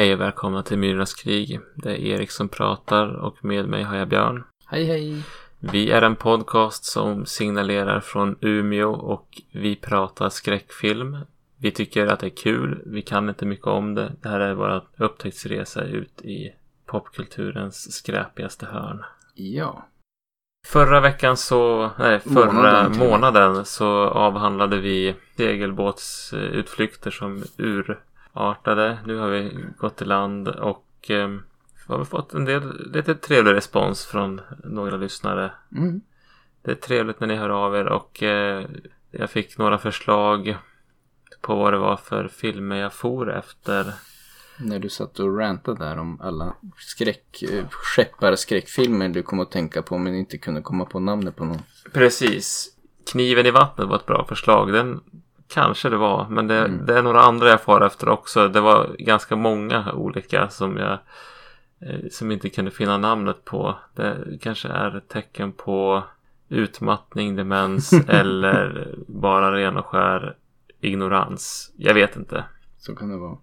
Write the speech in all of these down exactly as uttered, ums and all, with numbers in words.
Hej och välkomna till Myrornas krig. Det är Erik som pratar och med mig har jag Björn. Hej hej. Vi är en podcast som signalerar från Umeå och vi pratar skräckfilm. Vi tycker att det är kul. Vi kan inte mycket om det. Det här är vår upptäcktsresa ut i popkulturens skräpigaste hörn. Ja. Förra veckan så, nej förra månaden, månaden så avhandlade vi segelbåtsutflykter som urartade. Nu har vi gått i land och eh, har vi fått en del lite trevlig respons från några lyssnare. Mm. Det är trevligt när ni hör av er och eh, jag fick några förslag på vad det var för filmer jag for efter. När du satt och rantade där om alla skräck, skeppare skräckfilmer du kom att tänka på men inte kunde komma på namnet på någon. Precis. Kniven i vattnet var ett bra förslag. Den kanske det var, men det, mm. det är några andra jag far efter också. Det var ganska många olika som jag eh, som inte kunde finna namnet på. Det kanske är ett tecken på utmattning, demens eller bara ren och skär ignorans. Jag vet inte. Så kan det vara.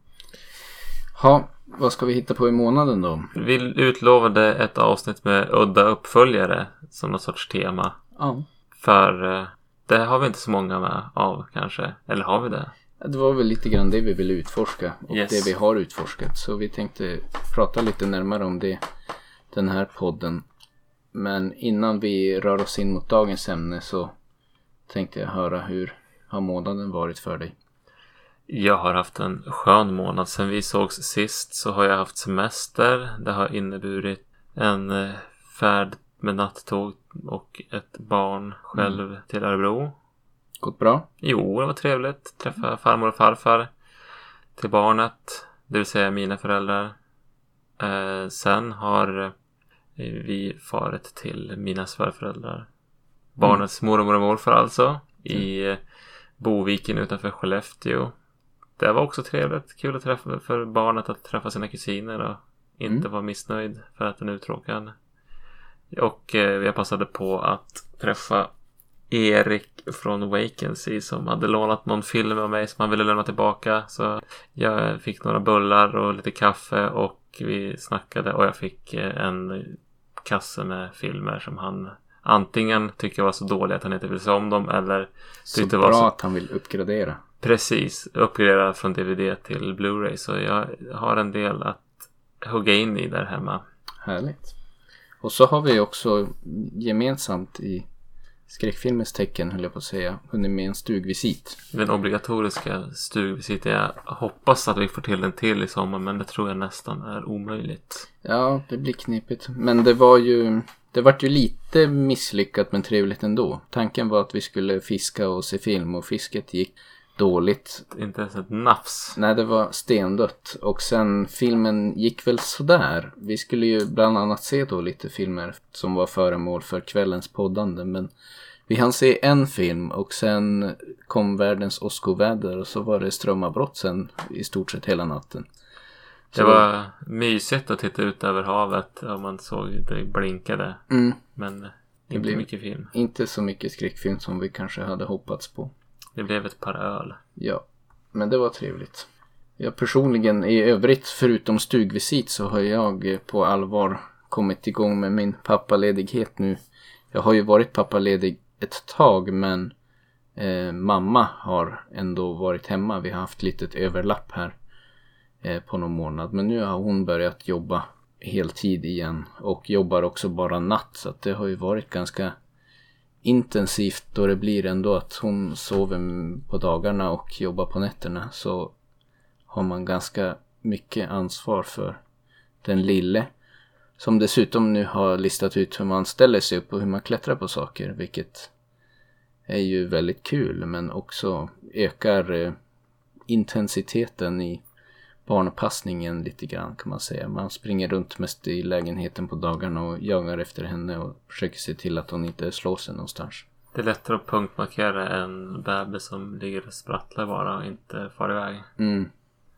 Ja, vad ska vi hitta på i månaden då? Vi utlovade ett avsnitt med udda uppföljare som något sorts tema. Ja. För det har vi inte så många med av kanske. Eller har vi det? Det var väl lite grann det vi ville utforska. Och yes. det vi har utforskat. Så vi tänkte prata lite närmare om det. Den här podden. Men innan vi rör oss in mot dagens ämne så tänkte jag höra hur har månaden varit för dig? Jag har haft en skön månad. Sen vi sågs sist så har jag haft semester. Det har inneburit en färd med nattåg och ett barn själv mm. till Örebro. Gått bra? Jo, det var trevligt. Träffa farmor och farfar till barnet. Det vill säga mina föräldrar. Eh, sen har vi farit till mina svärföräldrar. Barnets mm. mormor och morfar alltså. I mm. Boviken utanför Skellefteå. Det var också trevligt. Kul att träffa för barnet att träffa sina kusiner och inte mm. vara missnöjd för att den är uttråkad. Och eh, jag passade på att träffa Erik från Vacancy som hade lånat någon film av mig som han ville lämna tillbaka. Så jag fick några bullar och lite kaffe och vi snackade och jag fick eh, en kasse med filmer som han antingen tycker var så dåliga att han inte vill se om dem eller så tyckte bra var så att han vill uppgradera. Precis, uppgradera från D V D till Blu-ray. Så jag har en del att hugga in i där hemma. Härligt. Och så har vi också gemensamt i skräckfilmens tecken, höll jag på att säga, hunnit med en stugvisit. Den obligatoriska stugvisiten. Jag hoppas att vi får till den till i sommar, men det tror jag nästan är omöjligt. Ja, det blir knepigt. Men det var ju... Det var ju lite misslyckat men trevligt ändå. Tanken var att vi skulle fiska och se film och fisket gick dåligt. Inte ens ett nafs. Nej, det var stendött. Och sen filmen gick väl sådär. Vi skulle ju bland annat se då lite filmer som var föremål för kvällens poddande. Men vi hann se en film och sen kom världens åskoväder och så var det strömavbrott sen i stort sett hela natten. Det var mysigt att titta ut över havet om man såg det blinkade. Mm. Men inte blev mycket film. Inte så mycket skräckfilm som vi kanske hade hoppats på. Det blev ett par öl. Ja, men det var trevligt. Jag personligen i övrigt, förutom stugvisit, så har jag på allvar kommit igång med min pappaledighet nu. Jag har ju varit pappaledig ett tag, men eh, mamma har ändå varit hemma. Vi har haft litet överlapp här eh, på någon månad. Men nu har hon börjat jobba heltid igen och jobbar också bara natt. Så att det har ju varit ganska intensivt då det blir ändå att hon sover på dagarna och jobbar på nätterna, så har man ganska mycket ansvar för den lille som dessutom nu har listat ut hur man ställer sig upp och hur man klättrar på saker, vilket är ju väldigt kul men också ökar eh, intensiteten i barnpassningen lite grann kan man säga. Man springer runt mest i lägenheten på dagarna och jagar efter henne och försöker se till att hon inte slår sig någonstans. Det är lättare att punktmarkera en bebis som ligger och sprattlar bara och inte far iväg. Mm.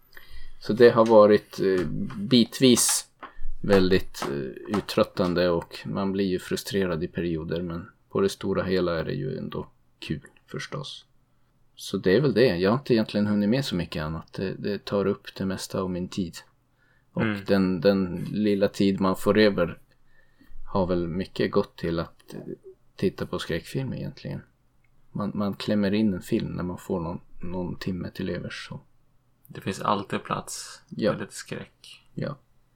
Så det har varit eh, bitvis väldigt eh, uttröttande och man blir ju frustrerad i perioder, men på det stora hela är det ju ändå kul förstås. Så det är väl det. Jag har inte egentligen hunnit med så mycket annat. Det, det tar upp det mesta av min tid. Och Mm. den, den lilla tid man får över har väl mycket gått till att titta på skräckfilm egentligen. Man, man klämmer in en film när man får någon, någon timme till övers. Så. Det finns alltid plats Ja. för lite skräck. Ja.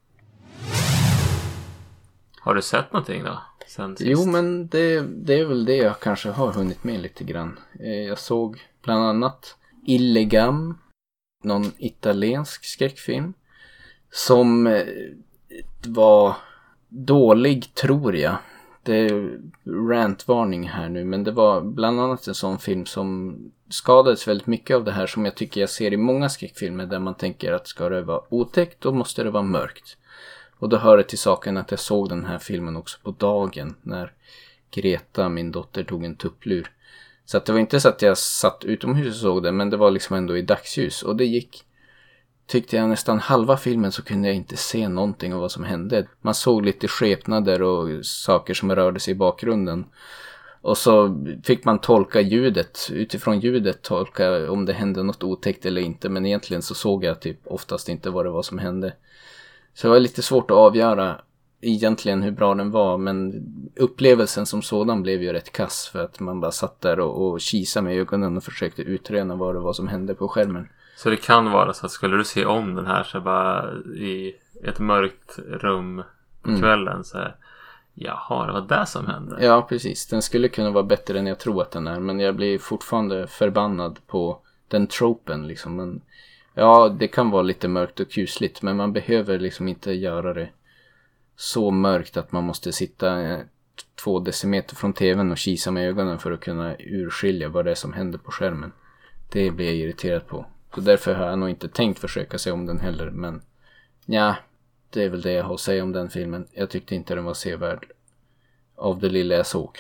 Har du sett någonting då? Sen sist? Jo, men det, det är väl det jag kanske har hunnit med lite grann. Eh, Jag såg bland annat Illegam, någon italiensk skräckfilm, som eh, var dålig, tror jag. Det är rantvarning här nu, men det var bland annat en sån film som skadades väldigt mycket av det här som jag tycker jag ser i många skräckfilmer, där man tänker att ska det vara otäckt, då måste det vara mörkt. Och då hör det till saken att jag såg den här filmen också på dagen när Greta, min dotter, tog en tupplur. Så att det var inte så att jag satt utomhus och såg den, men det var liksom ändå i dagsljus. Och det gick, tyckte jag, nästan halva filmen så kunde jag inte se någonting av vad som hände. Man såg lite skepnader och saker som rörde sig i bakgrunden. Och så fick man tolka ljudet, utifrån ljudet tolka om det hände något otäckt eller inte. Men egentligen så såg jag typ oftast inte vad det var som hände. Så det var lite svårt att avgöra egentligen hur bra den var, men upplevelsen som sådan blev ju rätt kass för att man bara satt där och, och kisade med ögonen och försökte utröna vad det var som hände på skärmen. Så det kan vara så att skulle du se om den här så bara i ett mörkt rum på Mm. kvällen så här, jaha, det var det som hände. Ja, precis. Den skulle kunna vara bättre än jag tror att den är, men jag blir fortfarande förbannad på den tropen liksom. Men ja, det kan vara lite mörkt och kusligt, men man behöver liksom inte göra det så mörkt att man måste sitta eh, två decimeter från tvn och kisa med ögonen för att kunna urskilja vad det är som händer på skärmen. Det blir jag irriterad på. Så därför har jag nog inte tänkt försöka se om den heller, men ja, det är väl det jag har att säga om den filmen. Jag tyckte inte den var sevärd av det lilla jag såg.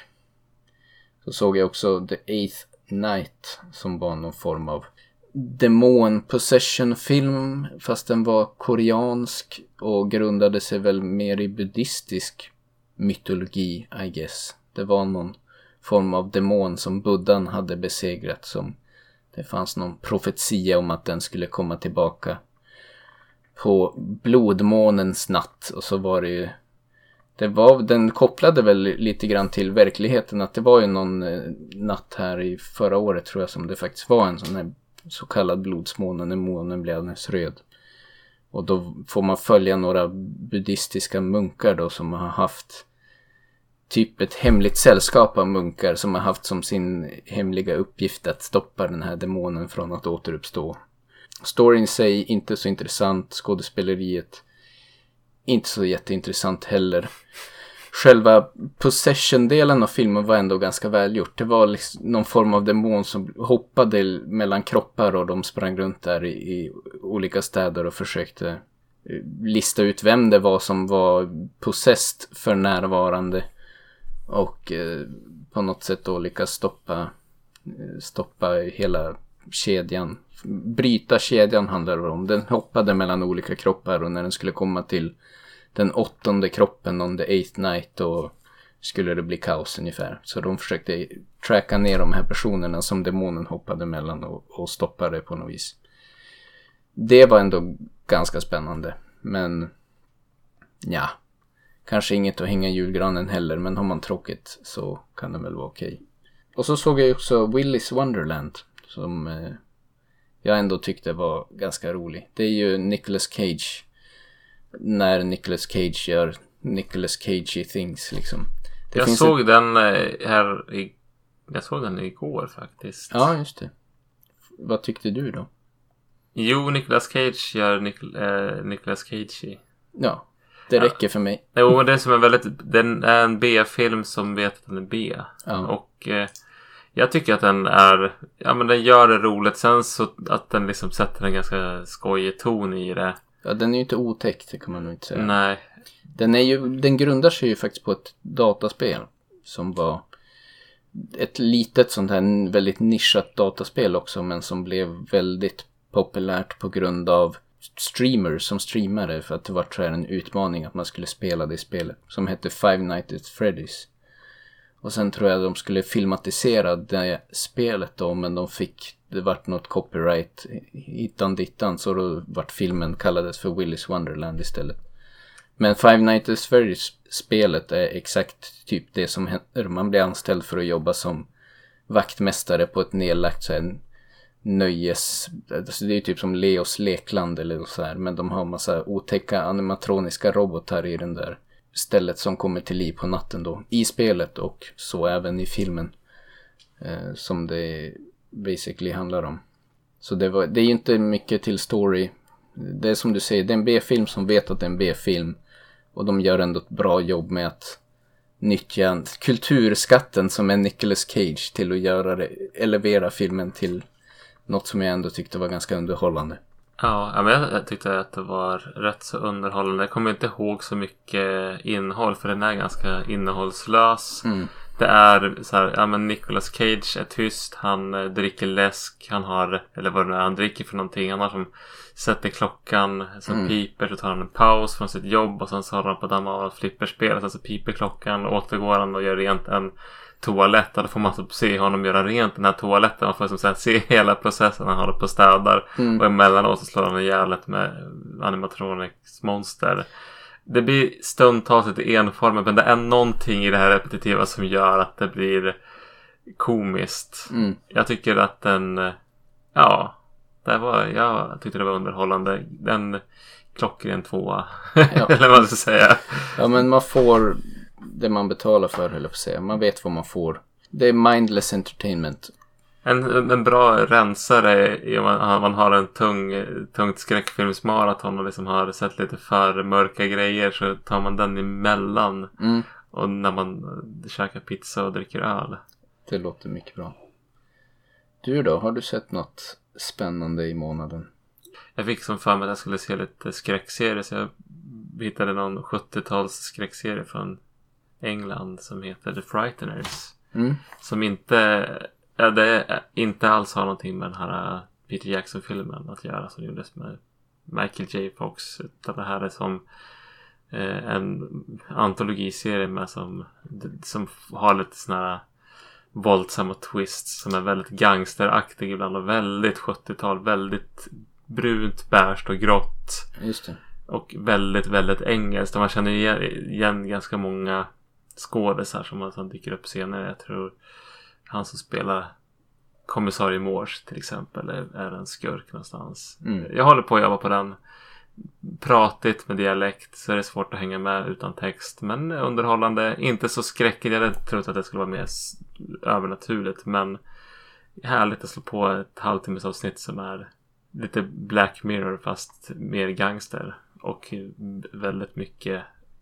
Så såg jag också The Eighth Night som var någon form av demon possession film, fast den var koreansk och grundade sig väl mer i buddhistisk mytologi, I guess. Det var någon form av demon som Buddhan hade besegrat, som det fanns någon profetia om att den skulle komma tillbaka på blodmånens natt. Och så var det ju, det var, den kopplade väl lite grann till verkligheten, att det var ju någon eh, natt här i förra året tror jag som det faktiskt var en sån här så kallad blodsmåne när månen blev alldeles röd. Och då får man följa några buddhistiska munkar då som har haft typ ett hemligt sällskap av munkar som har haft som sin hemliga uppgift att stoppa den här demonen från att återuppstå. Storyn i sig inte så intressant, skådespeleriet inte så jätteintressant heller. Själva possession-delen av filmen var ändå ganska välgjort. Det var liksom någon form av demon som hoppade mellan kroppar och de sprang runt där i, i olika städer och försökte lista ut vem det var som var possessed för närvarande. Och eh, på något sätt då lyckas stoppa, stoppa hela kedjan. Bryta kedjan handlar det om. Den hoppade mellan olika kroppar och när den skulle komma till den åttonde kroppen on the eighth night då skulle det bli kaos ungefär. Så de försökte tracka ner de här personerna som demonen hoppade mellan och, och stoppa det på något vis. Det var ändå ganska spännande. Men ja, kanske inget att hänga julgranen heller, men har man tråkigt så kan det väl vara okej. Och så såg jag också Willy's Wonderland som eh, jag ändå tyckte var ganska rolig. Det är ju Nicolas Cage när Nicolas Cage gör Nicolas Cagey things liksom. Det jag finns såg ett... den här i... jag såg den igår faktiskt. Ja, just det. Vad tyckte du då? Jo, Nicolas Cage gör Nic- äh, Nicolas Cagey. Ja, det räcker ja. för mig. Jo, men det är som en väldigt, den är en B-film som vet att den är B. Ja. Och eh, jag tycker att den är, ja men den gör det roligt. Sen så att den liksom sätter en ganska skojig ton i det. Ja, den är ju inte otäckt, det kan man nog inte säga. Nej. Den, är ju, den grundar sig ju faktiskt på ett dataspel som var ett litet sånt här väldigt nischat dataspel också, men som blev väldigt populärt på grund av streamers som streamade, för att det var tror jag en utmaning att man skulle spela det spelet som hette Five Nights at Freddy's. Och sen tror jag de skulle filmatisera det spelet då, men de fick det vart något copyright hittan dittan, så då vart filmen kallades för Willy's Wonderland istället. Men Five Nights at Freddy's-spelet är exakt typ det som händer. Man blir anställd för att jobba som vaktmästare på ett nedlagt så här nöjes... Alltså det är typ som Leos lekland eller så här. Men de har massa otäcka animatroniska robotar i den där stället som kommer till liv på natten då. I spelet och så även i filmen. Eh, som det basically handlar om. Så det, var, det är ju inte mycket till story. Det är som du säger, det är en B-film som vet att det är en B-film. Och de gör ändå ett bra jobb med att nyttja kulturskatten som är Nicolas Cage till att göra det, elevera filmen till något som jag ändå tyckte var ganska underhållande. Ja, men jag tyckte att det var rätt så underhållande. Jag kommer inte ihåg så mycket innehåll, för den är ganska innehållslös. Mm. Det är så här, ja men Nicolas Cage är tyst, han eh, dricker läsk, han har, eller vad det nu är han dricker för någonting, han har som sätter klockan som mm. piper, så tar han en paus från sitt jobb och sen så har han på damma av flipperspel och sen så piper klockan och återgår han och gör rent en toalett, och då får man så se honom göra rent den här toaletten, man får som sagt se hela processen han håller på och städar mm. och emellanåt så slår han ihjäl med animatronics monster. Det blir stundtals lite enformigt, men det är någonting i det här repetitiva som gör att det blir komiskt. Mm. Jag tycker att den, ja, det var, jag tyckte det var underhållande. Den klockren tvåa, ja. Eller vad man ska säga. Ja, men man får det man betalar för, eller på säga. Man vet vad man får. Det är mindless entertainment. En, en bra rensare är om man, man har en tung, tungt skräckfilmsmaraton och liksom har sett lite för mörka grejer, så tar man den emellan. Mm. Och när man käkar pizza och dricker öl. Det låter mycket bra. Du då, har du sett något spännande i månaden? Jag fick som för mig att jag skulle se lite skräckserier, så jag hittade någon sjuttio-tals skräckserie från England som heter The Frighteners. Mm. Som inte... Ja, det inte alls har någonting med den här Peter Jackson-filmen att göra som gjordes med Michael J. Fox, utan det här är som eh, en antologiserie med som, som har lite såna här våldsamma twists som är väldigt gangsteraktig ibland och väldigt sjuttio-tal, väldigt brunt, bärst och grått. Just det. Och väldigt, väldigt engelskt. Man känner igen, igen ganska många skådisar som, som dyker upp senare. Jag tror han som spelar kommissarie Morse till exempel är, är en skurk någonstans. Mm. Jag håller på att jobba på den. Pratigt med dialekt, så är det svårt att hänga med utan text. Men underhållande, inte så skräckigt. Jag hade trott att det skulle vara mer övernaturligt. Men härligt att slå på ett halvtimmes avsnitt som är lite Black Mirror fast mer gangster. Och väldigt mycket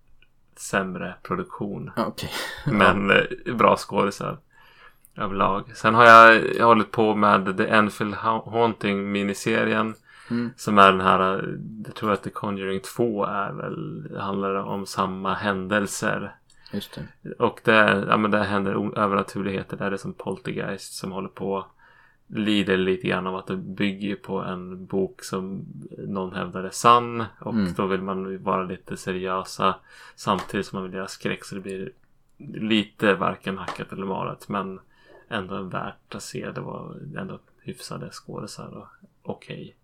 sämre produktion. Okay. Men bra skådisar överlag. Sen har jag, jag hållit på med The Enfield Haunting miniserien. Mm. Som är den här, jag tror att The Conjuring två är väl, det handlar om samma händelser. Just det. Och det, ja, men det händer övernaturligheter. Det är det som Poltergeist som håller på lider lite grann av att det bygger på en bok som någon hävdar är sann. Och mm. då vill man vara lite seriösa samtidigt som man vill göra skräck, så det blir lite varken hackat eller malet, men ändå värt att se. Det var ändå hyfsade skådisar och okej. Okay.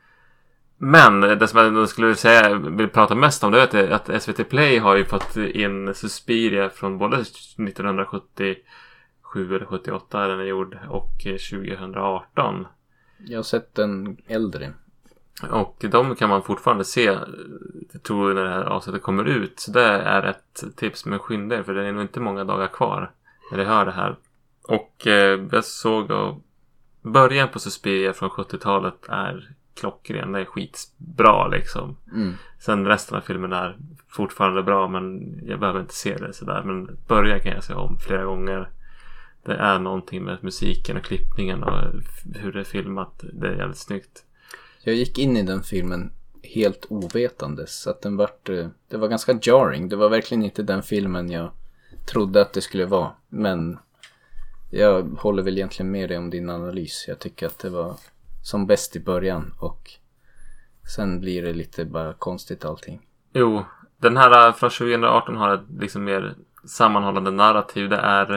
Men det som jag skulle säga, vill prata mest om, det är att S V T Play har ju fått in Suspiria från både nittonhundrasjuttiosju eller sjuttioåtta är den är gjord, och tjugohundraarton. Jag har sett den äldre. Och de kan man fortfarande se, jag tror, när det här avsnittet kommer ut. Så det är ett tips med skynda er, för det är nog inte många dagar kvar när jag hör det här. Och eh, jag såg att början på Suspiria från sjuttiotalet är klockren, det är skitbra liksom. Mm. Sen resten av filmen är fortfarande bra, men jag behöver inte se det sådär. Men början kan jag se om flera gånger. Det är någonting med musiken och klippningen och hur det är filmat. Det är jävligt snyggt. Jag gick in i den filmen helt ovetandes, så att den vart, det var ganska jarring. Det var verkligen inte den filmen jag trodde att det skulle vara. Men jag håller väl egentligen med dig om din analys. Jag tycker att det var som bäst i början, och sen blir det lite bara konstigt allting. Jo, den här från tjugohundraarton har ett liksom mer sammanhållande narrativ. Det är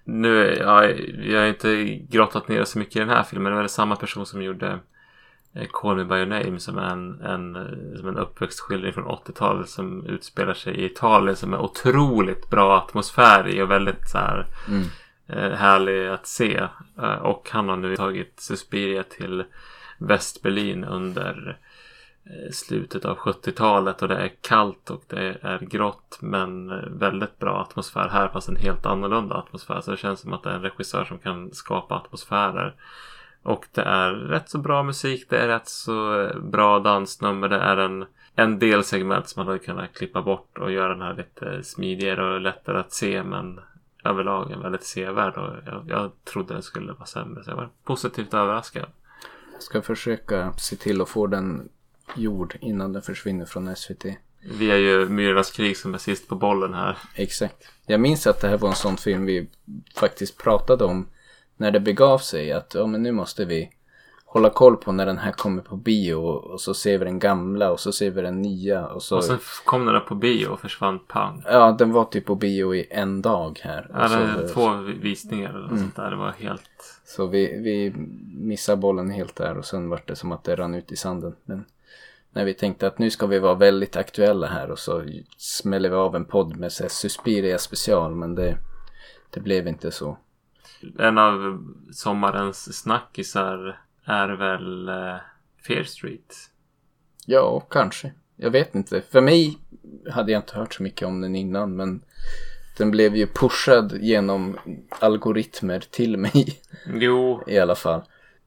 Nu, ja, jag har inte grottat ner så mycket i den här filmen. Det var det samma person som gjorde Call Me By Your Name, som är en, en, som en uppväxtskildring från åttiotalet som utspelar sig i Italien, som är otroligt bra atmosfär i och väldigt så här mm. eh, härlig att se. Eh, och han har nu tagit Suspiria till Västberlin under eh, slutet av sjuttiotalet, och det är kallt och det är grått, men väldigt bra atmosfär här, fast en helt annorlunda atmosfär. Så det känns som att det är en regissör som kan skapa atmosfärer. Och det är rätt så bra musik, det är rätt så bra dansnummer, det är en, en del segment som man hade kunnat klippa bort och göra den här lite smidigare och lättare att se, men överlag en väldigt sevärd, och jag, jag trodde den skulle vara sämre, så jag var positivt överraskad. Jag ska försöka se till att få den gjord innan den försvinner från S V T. Vi är ju Myrornas krig som är sist på bollen här. Exakt. Jag minns att det här var en sån film vi faktiskt pratade om när det begav sig, att ja, men nu måste vi hålla koll på när den här kommer på bio, och så ser vi den gamla och så ser vi den nya. Och, så... och sen kom den på bio och försvann pang. Ja, den var typ på bio i en dag här. Ja, det är så... två visningar eller mm. sånt där. Det var helt... Så vi, vi missade bollen helt där, och sen var det som att det rann ut i sanden. Men när vi tänkte att nu ska vi vara väldigt aktuella här, och så smäller vi av en podd med så här Suspiria special, men det, det blev inte så. En av sommarens snackisar är väl uh, Fear Street? Ja, kanske. Jag vet inte. För mig hade jag inte hört så mycket om den innan, men den blev ju pushad genom algoritmer till mig. Jo. I alla fall.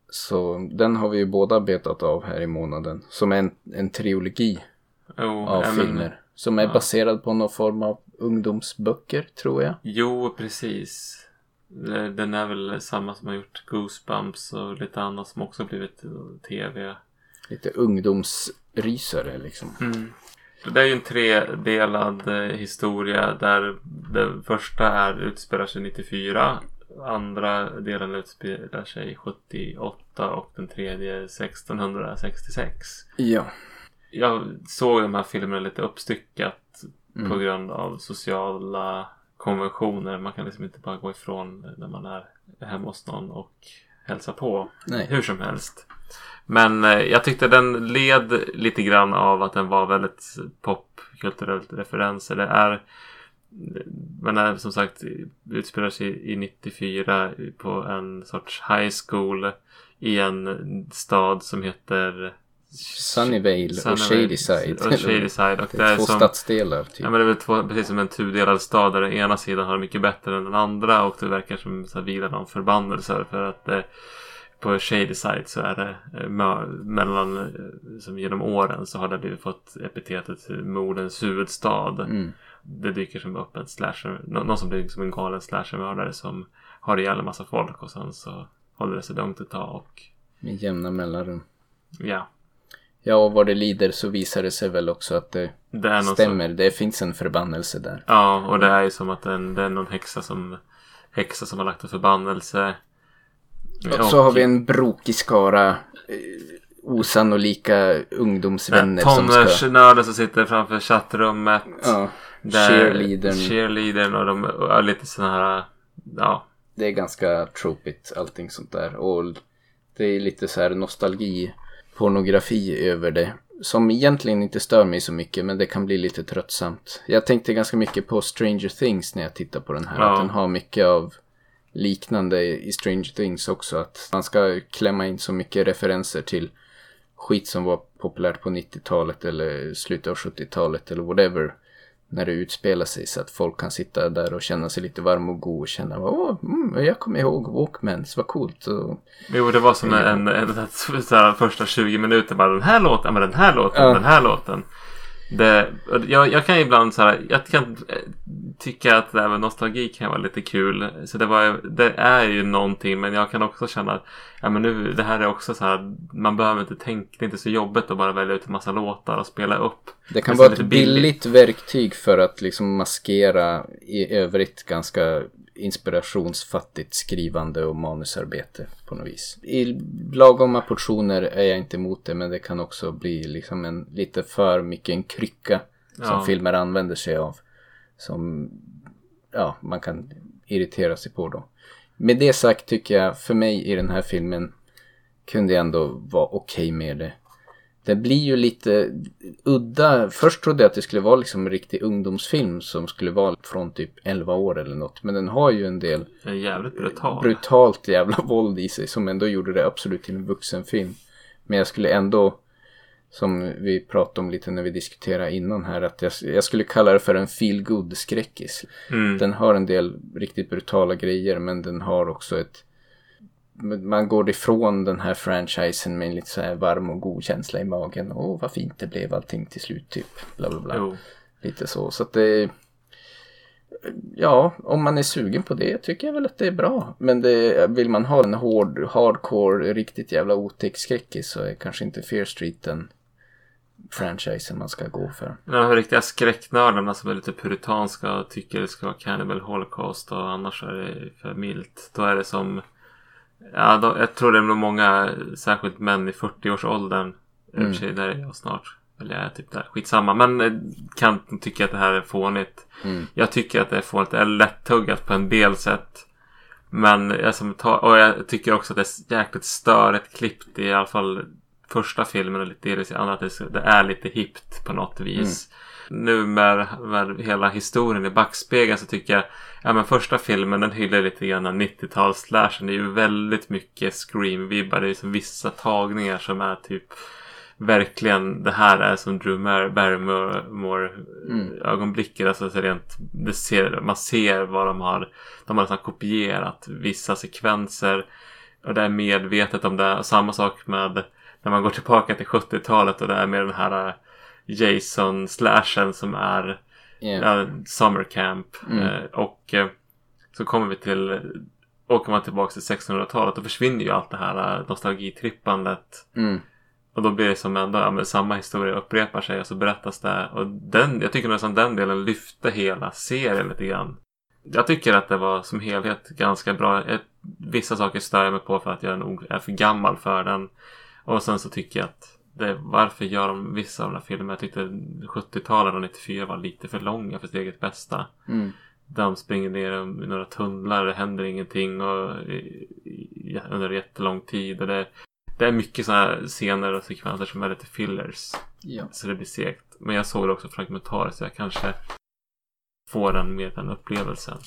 Så den har vi ju båda betat av här i månaden. Som en, en trilogi oh, av ämen, filmer. Som är ja. baserad på någon form av ungdomsböcker, tror jag. Jo, precis. Den är väl samma som har gjort Goosebumps och lite annat som också blivit tv. Lite ungdomsrysare liksom. Mm. Det är ju en tredelad historia där den första är utspelar sig nittiofyra, andra delen utspelar sig sjuttioåtta och den tredje sextonhundrasextiosex. Ja. Jag såg de här filmerna lite uppstyckat mm. på grund av sociala konventioner. Man kan liksom inte bara gå ifrån när man är hemma hos någon och hälsa på. Nej. Hur som helst. Men eh, jag tyckte den led lite grann av att den var väldigt popkulturellt referenser. Det är, men är som sagt utspelar sig i nittiofyra på en sorts high school i en stad som heter Sunnyvale Sunnyvale och Shadyside. Och Shadyside. Och det är, det är två som, stadsdelar typ. Ja, men det är väl två, precis som en tudelad stad där den ena sidan har mycket bättre än den andra, och det verkar som så här, vilar någon förbannelse för att eh, på Shadyside så är det eh, mellan eh, som genom åren så har det blivit fått epitetet mordens huvudstad. Mm. Det dyker som upp en slasher, någon som blir som en galen slashermördare som har ihjäl en massa folk, och sen så håller det sig långt ett tag och med jämna mellanrum. Ja. Ja, och vad det lider så visar det sig väl också att det, det stämmer. Så... Det finns en förbannelse där. Ja, och det är ju som att en, det är någon häxa som, häxa som har lagt en förbannelse. Och, och så har vi en brokig skara eh, osannolika ungdomsvänner som ska... Tonårsnördar som sitter framför chattrummet. Ja, cheerleadern. Cheerleadern och de är lite såna här... Ja. Det är ganska tropigt allting sånt där. Och det är lite så här nostalgi... pornografi över det, som egentligen inte stör mig så mycket, men det kan bli lite tröttsamt. Jag tänkte ganska mycket på Stranger Things när jag tittar på den här. Ja. Att den har mycket av liknande i Stranger Things också. Att man ska klämma in så mycket referenser till skit som var populärt på nittiotalet eller slutet av sjuttiotalet eller whatever. När det utspelar sig, så att folk kan sitta där och känna sig lite varm och god och känna, åh, mm, jag kommer ihåg Walkmans, vad coolt. Och... Jo, det var som en, en, en, en så här, första tjugo minuter bara, den här låten, men den här låten, ja. den här låten. Det, jag, jag kan ibland så här, jag kan tycka att det här med nostalgi kan vara lite kul. Så det, var, det är ju någonting, men jag kan också känna att ja, men nu, det här är också så här, man behöver inte tänka, det är inte så jobbigt att bara välja ut en massa låtar och spela upp. Det kan vara ett billigt verktyg för att liksom maskera i övrigt ganska inspirationsfattigt skrivande och manusarbete på något vis. I lagomma portioner är jag inte emot det, men det kan också bli liksom en lite för mycket en krycka som ja. filmer använder sig av, som ja, man kan irritera sig på då. med det sagt tycker jag för mig i den här filmen kunde jag ändå vara okej okay med det. Det blir ju lite udda. Först trodde jag att det skulle vara liksom en riktig ungdomsfilm som skulle vara från typ elva år eller något. Men den har ju en del en jävligt brutal. brutalt jävla våld i sig som ändå gjorde det absolut till en vuxenfilm. Men jag skulle ändå, som vi pratade om lite när vi diskuterade innan här, att jag, jag skulle kalla det för en feel-good-skräckis. Mm. Den har en del riktigt brutala grejer, men den har också ett... Man går ifrån den här franchisen med en lite så här varm och god känsla i magen. Åh, vad fint det blev allting till slut typ. Bla bla bla. Oh. Lite så. Så att det... Ja, om man är sugen på det tycker jag väl att det är bra. Men det, vill man ha en hård, hardcore, riktigt jävla otäck skräckis så är kanske inte Fear Street den franchisen man ska gå för. De riktiga skräcknördarna som är lite puritanska och tycker det ska vara Cannibal Holocaust och annars är det för milt. Då är det som... Ja, då, jag tror det är nog många, särskilt män i fyrtio-årsåldern. Mm. Sig, där är jag snart. Eller jag är typ där. Skitsamma. Men kan tycka att det här är fånigt. Mm. Jag tycker att det är fånigt. Det är lättuggat på en del sätt. Men jag, som tar, och jag tycker också att det är jäkligt störigt klippt i alla fall första filmen och lite delvis i andra. Att det är lite hippt på något vis. Mm. Nu med, med hela historien i backspegeln så tycker jag ja men första filmen den hyllar lite grann nittio-tals-slashen. Det är ju väldigt mycket Scream-vibbar. Det är liksom vissa tagningar som är typ verkligen det här är som Drew Barrymore mm. ögonblicket. Alltså så rent, det ser, man ser vad de har de har liksom kopierat vissa sekvenser och det är medvetet om det. Och samma sak med när man går tillbaka till sjuttiotalet och det är med den här Jason slashen som är yeah. uh, Summer Camp mm. uh, och uh, så kommer vi till åker man tillbaka till sextonhundratalet då försvinner ju allt det här uh, nostalgitrippandet mm. och då blir det som ändå ja, men samma historia upprepar sig och så berättas det och den, jag tycker nästan den delen lyfte hela serien lite grann. Jag tycker att det var som helhet ganska bra. Ett, vissa saker stör jag mig på för att jag nog är för gammal för den och sen så tycker jag att det, varför gör de vissa av de här filmerna? Jag tyckte sjuttiotalet och nittiofyra var lite för långa för sitt eget bästa. Mm. De springer ner i några tunnlar, det händer ingenting och, i, i, under jättelång tid. Och det, det är mycket sådana här scener och sekvenser som är lite fillers. Ja. Så det blir segt. Men jag såg det också fragmentariskt så jag kanske får den med den upplevelsen.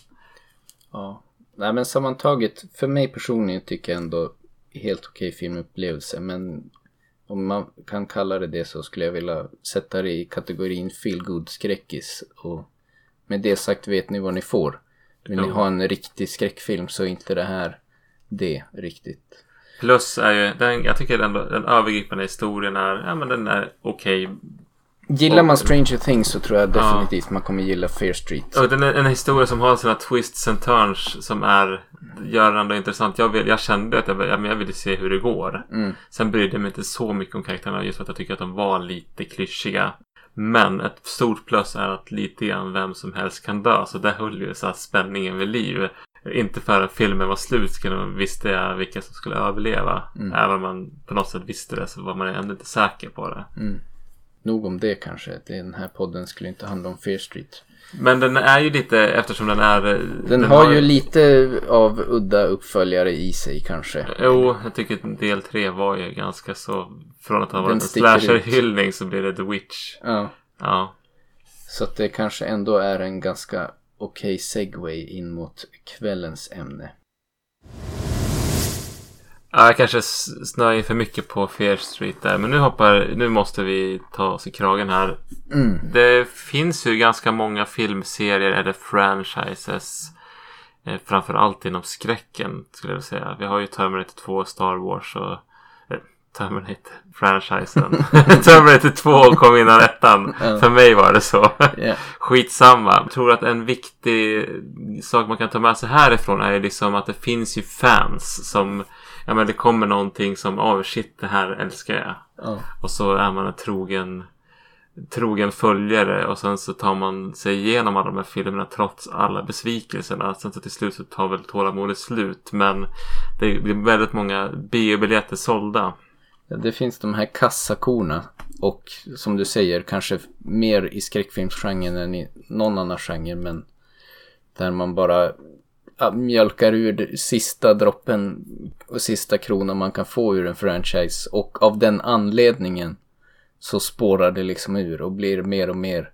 Ja, nej men sammantaget för mig personligen tycker jag ändå helt okej filmupplevelse, men om man kan kalla det det så skulle jag vilja sätta det i kategorin feel good skräckis. Och med det sagt vet ni vad ni får. Vill jo. ni ha en riktig skräckfilm så är inte det här det riktigt. Plus är ju, den, jag tycker ändå den övergripande historien är, ja men den är okej. Okay. Gillar man Stranger Things så tror jag definitivt ja. man kommer gilla Fear Street. Och den är en historia som har sina twists and turns som är gör den ändå intressant. Jag, vill, jag kände att jag, jag, jag ville se hur det går. Mm. Sen brydde jag mig inte så mycket om karaktärerna just för att jag tycker att de var lite klyschiga. Men ett stort plus är att lite grann vem som helst kan dö. Så det höll ju så här spänningen vid liv. Inte för att filmen var slut visste jag vilka som skulle överleva. Mm. Även om man på något sätt visste det så var man ändå inte säker på det. Mm. Nog om det kanske. Den här podden skulle inte handla om Fear Street. Men den är ju lite, eftersom den är... Den, den har, har ju lite av udda uppföljare i sig kanske. Jo, jag tycker att del tre var ju ganska så... Från att ha varit en slasher-hyllning så blir det The Witch. Ja. Ja. Så att det kanske ändå är en ganska okej segway in mot kvällens ämne. Ja, jag kanske snöjer för mycket på Fear Street där. Men nu hoppar, nu måste vi ta oss i kragen här. Mm. Det finns ju ganska många filmserier eller franchises. Eh, framförallt inom skräcken skulle jag säga. Vi har ju Terminator två, Star Wars och... Eh, Terminator-franchisen. Terminator två kom innan ettan. Mm. För mig var det så. Yeah. Skitsamma. Jag tror att en viktig sak man kan ta med sig härifrån är liksom att det finns ju fans som... Ja men det kommer någonting som, oh shit, det här älskar jag. Oh. Och så är man en trogen trogen följare och sen så tar man sig igenom alla de här filmerna trots alla besvikelserna. Sen så till slut så tar väl tålamodet slut. Men det blir väldigt många biobiljetter sålda. Ja, det finns de här kassakorna och som du säger kanske mer i skräckfilmsgenren än i någon annan genre, men där man bara ja, mjölkar ur sista droppen och sista kronan man kan få ur en franchise. Och av den anledningen så spårar det liksom ur och blir mer och mer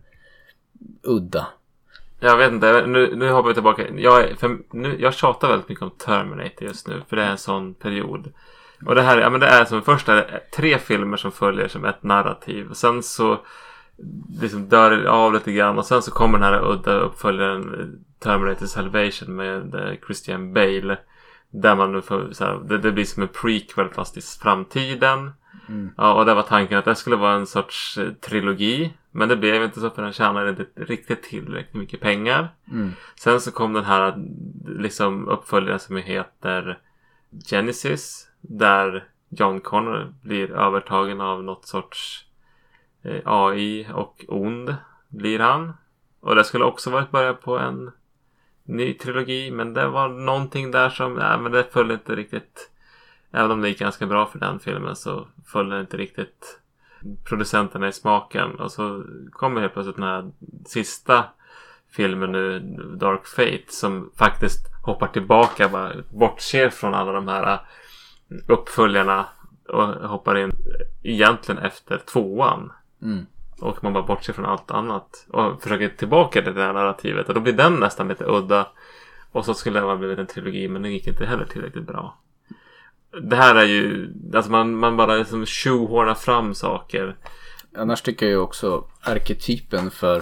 udda. Jag vet inte, nu, nu hoppar vi tillbaka. Jag, för nu, jag tjatar väldigt mycket om Terminator just nu, för det är en sån period. Och det här, ja men det är som först är det tre filmer som följer som ett narrativ. Och sen så liksom dör det av lite grann. Och sen så kommer den här udda uppföljaren Terminator Salvation med Christian Bale. Där man nu får, så här, det, det blir som en prequel fast i framtiden. Mm. Ja, och det var tanken att det skulle vara en sorts eh, trilogi. Men det blev inte så, för den tjänade inte riktigt tillräckligt mycket pengar. Mm. Sen så kom den här liksom uppföljaren som heter Genesis. Där John Connor blir övertagen av något sorts eh, A I och ond blir han. Och det skulle också varit början på en ny trilogi. Men det var någonting där som, nej men det föll inte riktigt. Även om det gick ganska bra för den filmen så föll det inte riktigt producenterna i smaken. Och så kommer helt plötsligt den här sista filmen nu, Dark Fate, som faktiskt hoppar tillbaka, bara bortser från alla de här uppföljarna och hoppar in egentligen efter tvåan. Mm. Och man bara bortser från allt annat och försöker tillbaka till det här narrativet. Och då blir den nästan lite udda. Och så skulle det ha blivit en trilogi, men den gick inte heller tillräckligt bra. Det här är ju, alltså man, man bara liksom tjohornar fram saker. Annars tycker jag ju också arketypen för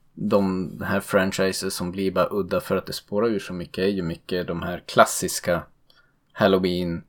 de här franchises som blir bara udda för att det spårar ur så mycket är ju mycket de här klassiska Halloween,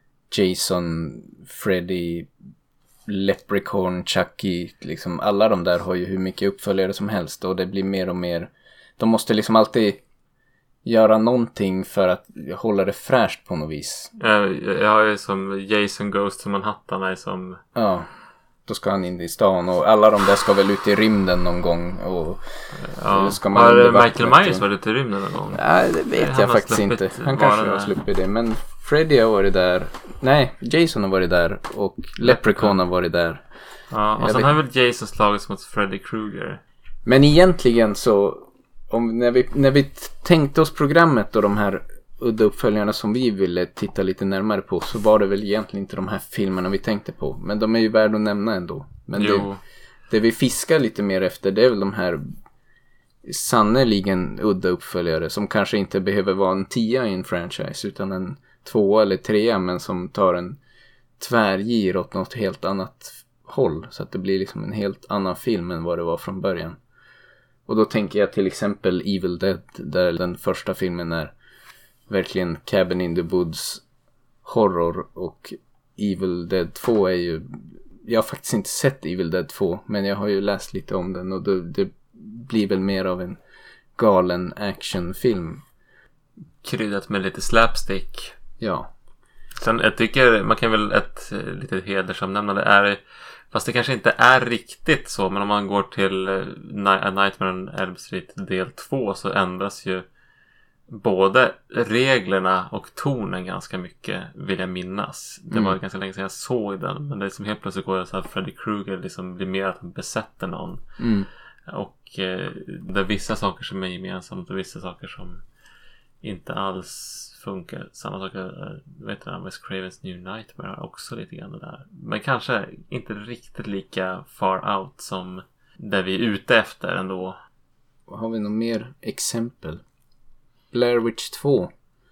Jason, Freddy, Leprechaun, Chucky, liksom alla de där har ju hur mycket uppföljare som helst och det blir mer och mer, de måste liksom alltid göra någonting för att hålla det fräscht på något vis. Jag har ju som Jason Ghost som Manhattan är som... Ja, då ska han in i stan och alla de där ska väl ut i rymden någon gång. Och ja. Ska man har Michael Myers varit ute i rymden någon gång? Nej, det vet jag faktiskt inte. Han kanske har sluppit det. Men Freddy har varit där. Nej, Jason har varit där. Och Leprechaun har varit där. Ja, och jag sen vet... har väl Jason slagits mot Freddy Krueger. Men egentligen så... Om, när, vi, när vi tänkte oss programmet och de här udda uppföljarna som vi ville titta lite närmare på, så var det väl egentligen inte de här filmerna vi tänkte på. Men de är ju värda att nämna ändå. Men det, det vi fiskar lite mer efter, det är väl de här sannoliken udda uppföljare som kanske inte behöver vara en tia i en franchise utan en tvåa eller trea, men som tar en tvärgir åt något helt annat håll. Så att det blir liksom en helt annan film än vad det var från början. Och då tänker jag till exempel Evil Dead, där den första filmen är verkligen Cabin in the Woods horror, och Evil Dead två är ju, jag har faktiskt inte sett Evil Dead två, men jag har ju läst lite om den och det, det blir väl mer av en galen actionfilm. Kryddat med lite slapstick. Ja. Sen jag tycker man kan väl ett lite hedersomnämnande är, fast det kanske inte är riktigt så, men om man går till A Nightmare on Elm Street del två så ändras ju både reglerna och tonen ganska mycket, vill jag minnas. Det var mm. ganska länge sedan jag såg den, men det är som helt plötsligt går det så att Freddy Krueger liksom blir mer att han besätter någon. Mm. Och eh, det är vissa saker som är gemensamt och vissa saker som inte alls funkar. Samma sak, jag vet inte, Wes Cravens New Nightmare har också lite grann det där. Men kanske inte riktigt lika far out som det vi är ute efter ändå. Har vi något mer exempel? Blair Witch två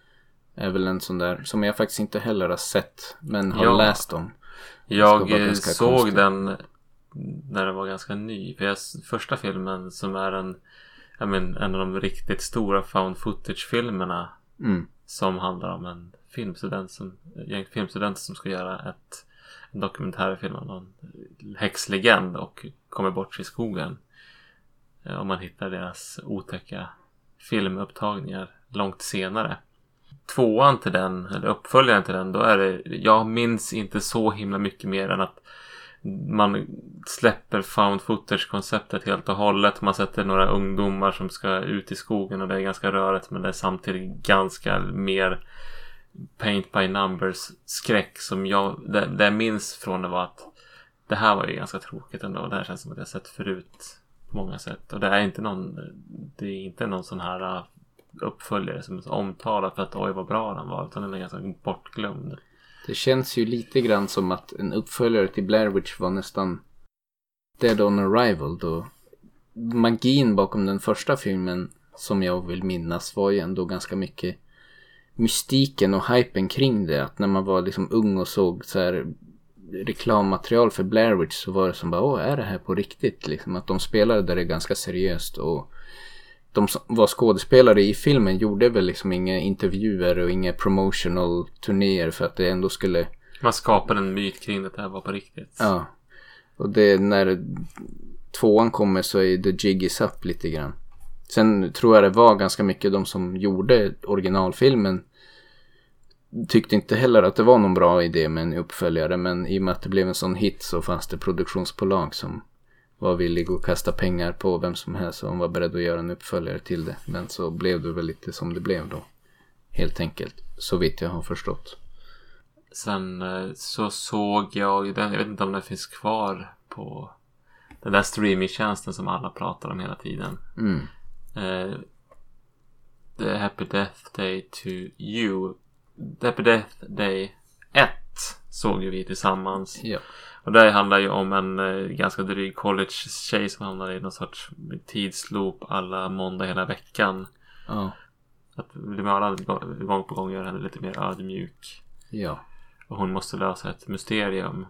är väl en sån där som jag faktiskt inte heller har sett, men har ja, läst om. Jag såg konstigt. Den när den var ganska ny. För jag, första filmen som är en, jag men, en av de riktigt stora found footage-filmerna mm. som handlar om en filmstudent som, en filmstudent som ska göra ett, en dokumentärfilm om någon häxlegend och kommer bort i skogen. Och man hittar deras otäcka filmupptagningar långt senare. Tvåan till den, eller uppföljaren till den, då är det, jag minns inte så himla mycket mer än att man släpper found footage-konceptet helt och hållet. Man sätter några ungdomar som ska ut i skogen och det är ganska rörigt, men det är samtidigt ganska mer paint by numbers skräck som jag, det, det jag minns från det var att det här var ju ganska tråkigt ändå. Det här känns som att jag sett förut på många sätt. Och det är inte någon, det är inte någon sån här uppföljare som är så omtalad för att oj vad bra den var, utan den är ganska bortglömd. Det känns ju lite grann som att en uppföljare till Blair Witch var nästan Dead on Arrival då. Magin bakom den första filmen som jag vill minnas var ju ändå ganska mycket mystiken och hypen kring det. Att när man var liksom ung och såg så här reklammaterial för Blair Witch så var det som bara, åh, är det här på riktigt? Liksom att de spelade där det ganska seriöst, och de som var skådespelare i filmen gjorde väl liksom inga intervjuer och inga promotional turnéer för att det ändå skulle... Man skapade en myt kring det här var på riktigt. Ja, och det när tvåan kommer så är the jig is up lite grann. Sen tror jag det var ganska mycket de som gjorde originalfilmen tyckte inte heller att det var någon bra idé med en uppföljare, men i och med att det blev en sån hit så fanns det produktionsbolag som var villig att kasta pengar på vem som helst och var beredd att göra en uppföljare till det. Men så blev det väl lite som det blev då, helt enkelt, så vitt jag har förstått. Sen så såg jag den, jag vet inte om den finns kvar på den där streamingtjänsten som alla pratar om hela tiden. Mm. Uh, The Happy Death Day to You. The Happy Death Day ett såg ju vi tillsammans. Ja. Och det handlar ju om en uh, ganska dryg college-tjej som hamnar i någon sorts tidsloop alla måndag hela veckan. Ja. Att bli mördad gång på gång gör henne lite mer ödmjuk. Ja. Och hon måste lösa ett mysterium.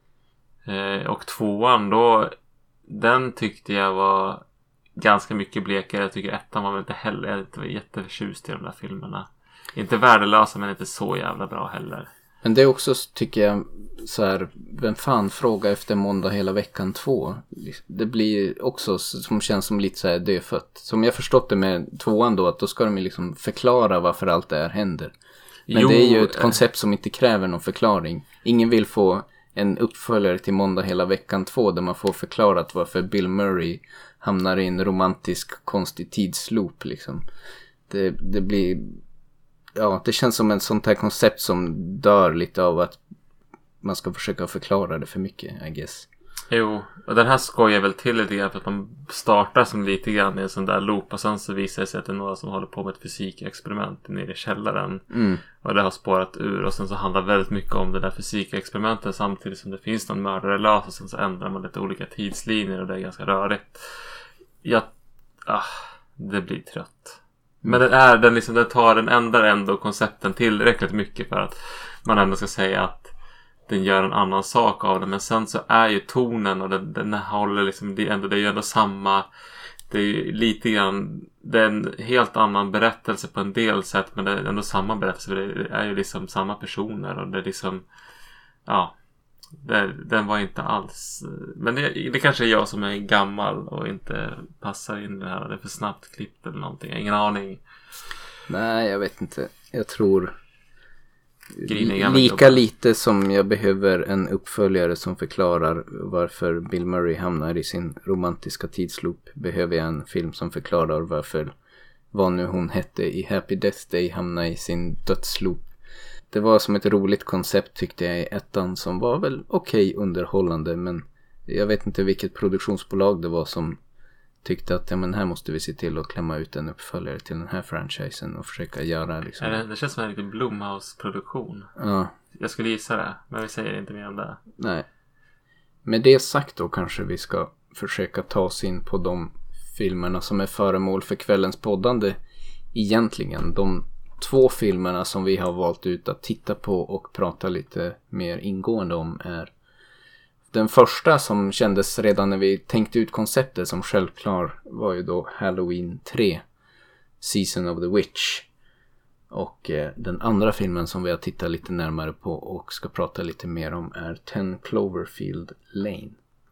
Uh, och tvåan då, den tyckte jag var ganska mycket blekare. Jag tycker ettan var väl inte heller, jag var jätteförtjust i de där filmerna. Inte värdelösa men inte så jävla bra heller. Men det är också, tycker jag, så här, vem fan frågar efter måndag hela veckan två? Det blir också som känns som lite så här dödfött. Som jag förstått det med tvåan då, att då ska de liksom förklara varför allt det här händer. Men jo, det är ju ett koncept som inte kräver någon förklaring. Ingen vill få en uppföljare till måndag hela veckan två där man får förklarat varför Bill Murray hamnar i en romantisk konstig tidsloop liksom. Det, det blir, ja, det känns som en sånt här koncept som dör lite av att man ska försöka förklara det för mycket, I guess. Jo, och den här skojar väl till lite grann för att man startar som lite grann i en sån där loop och sen så visar det sig att det är några som håller på med ett fysikexperiment nere i källaren. Mm. Och det har spårat ur och sen så handlar väldigt mycket om det där fysikexperimentet samtidigt som det finns någon mördare lös och sen så ändrar man lite olika tidslinjer och det är ganska rörigt. Ja, ah, det blir trött. Men den är, den liksom, den tar, den ändrar ändå koncepten tillräckligt mycket för att man ändå ska säga att den gör en annan sak av det. Men sen så är ju tonen och den, den håller liksom, det är, ändå, det är ju ändå samma, det är ju lite grann, det är en helt annan berättelse på en del sätt, men det är ändå samma berättelse för det är ju liksom samma personer och det är liksom, ja, det, den var inte alls, men det, det kanske är jag som är gammal och inte passar in i det här, det är för snabbt klippt eller någonting, jag har ingen aning. Nej, jag vet inte, jag tror Griniga lika lite som jag behöver en uppföljare som förklarar varför Bill Murray hamnar i sin romantiska tidsloop, behöver jag en film som förklarar varför vad nu hon hette i Happy Death Day hamnar i sin dödsloop. Det var som ett roligt koncept tyckte jag i ettan som var väl okej okay, underhållande, men jag vet inte vilket produktionsbolag det var som tyckte att ja, men här måste vi se till att klämma ut en uppföljare till den här franchisen och försöka göra liksom. Det, det känns som en riktig Blumhouse-produktion. Ja. Jag skulle gissa det, men vi säger inte mer om det. Nej. Med det sagt då kanske vi ska försöka ta oss in på de filmerna som är föremål för kvällens poddande egentligen. De två filmerna som vi har valt ut att titta på och prata lite mer ingående om är den första som kändes redan när vi tänkte ut konceptet som självklar var ju då Halloween tre, Season of the Witch. Och eh, den andra filmen som vi har tittat lite närmare på och ska prata lite mer om är ten Cloverfield Lane.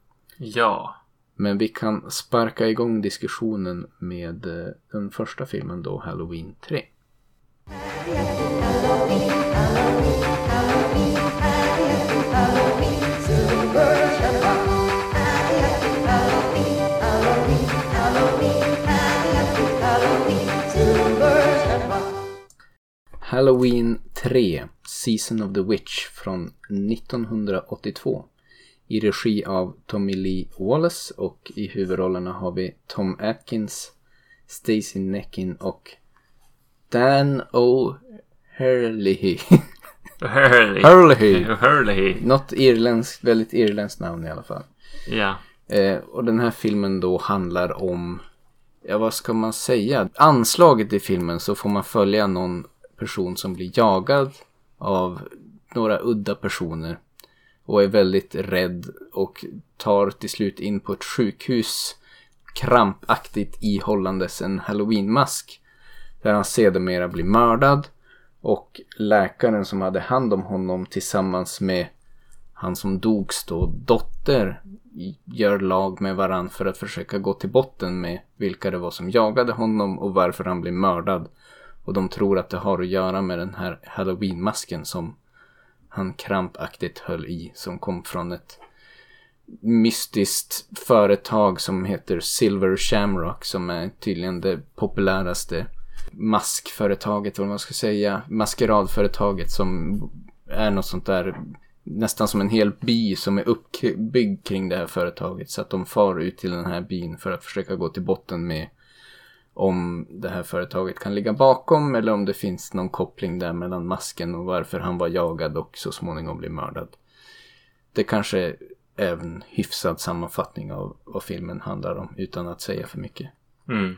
Ja. Men vi kan sparka igång diskussionen med eh, den första filmen då, Halloween tre. Halloween tre, Season of the Witch från nittonhundraåttiotvå i regi av Tommy Lee Wallace, och i huvudrollerna har vi Tom Atkins, Stacey Neckin och Dan O'Hurley. Hurley. Hurley. Hurley. Något irländskt, väldigt irländskt namn i alla fall. Ja. Eh, och den här filmen då handlar om, ja vad ska man säga? Anslaget i filmen, så får man följa någon person som blir jagad av några udda personer. Och är väldigt rädd och tar till slut in på ett sjukhus krampaktigt ihållandes en Halloween-mask. Där han sedermera blir mördad. Och läkaren som hade hand om honom tillsammans med han som dogs då dotter gör lag med varann för att försöka gå till botten med vilka det var som jagade honom och varför han blev mördad. Och de tror att det har att göra med den här Halloween-masken som han krampaktigt höll i, som kom från ett mystiskt företag som heter Silver Shamrock, som är tydligen det populäraste maskföretaget, vad man ska säga, maskeradföretaget, som är något sånt där, nästan som en hel by som är uppbyggd kring det här företaget, så att de far ut till den här byn för att försöka gå till botten med om det här företaget kan ligga bakom eller om det finns någon koppling där mellan masken och varför han var jagad och så småningom blev mördad. Det kanske är en hyfsad sammanfattning av vad filmen handlar om utan att säga för mycket. Mm.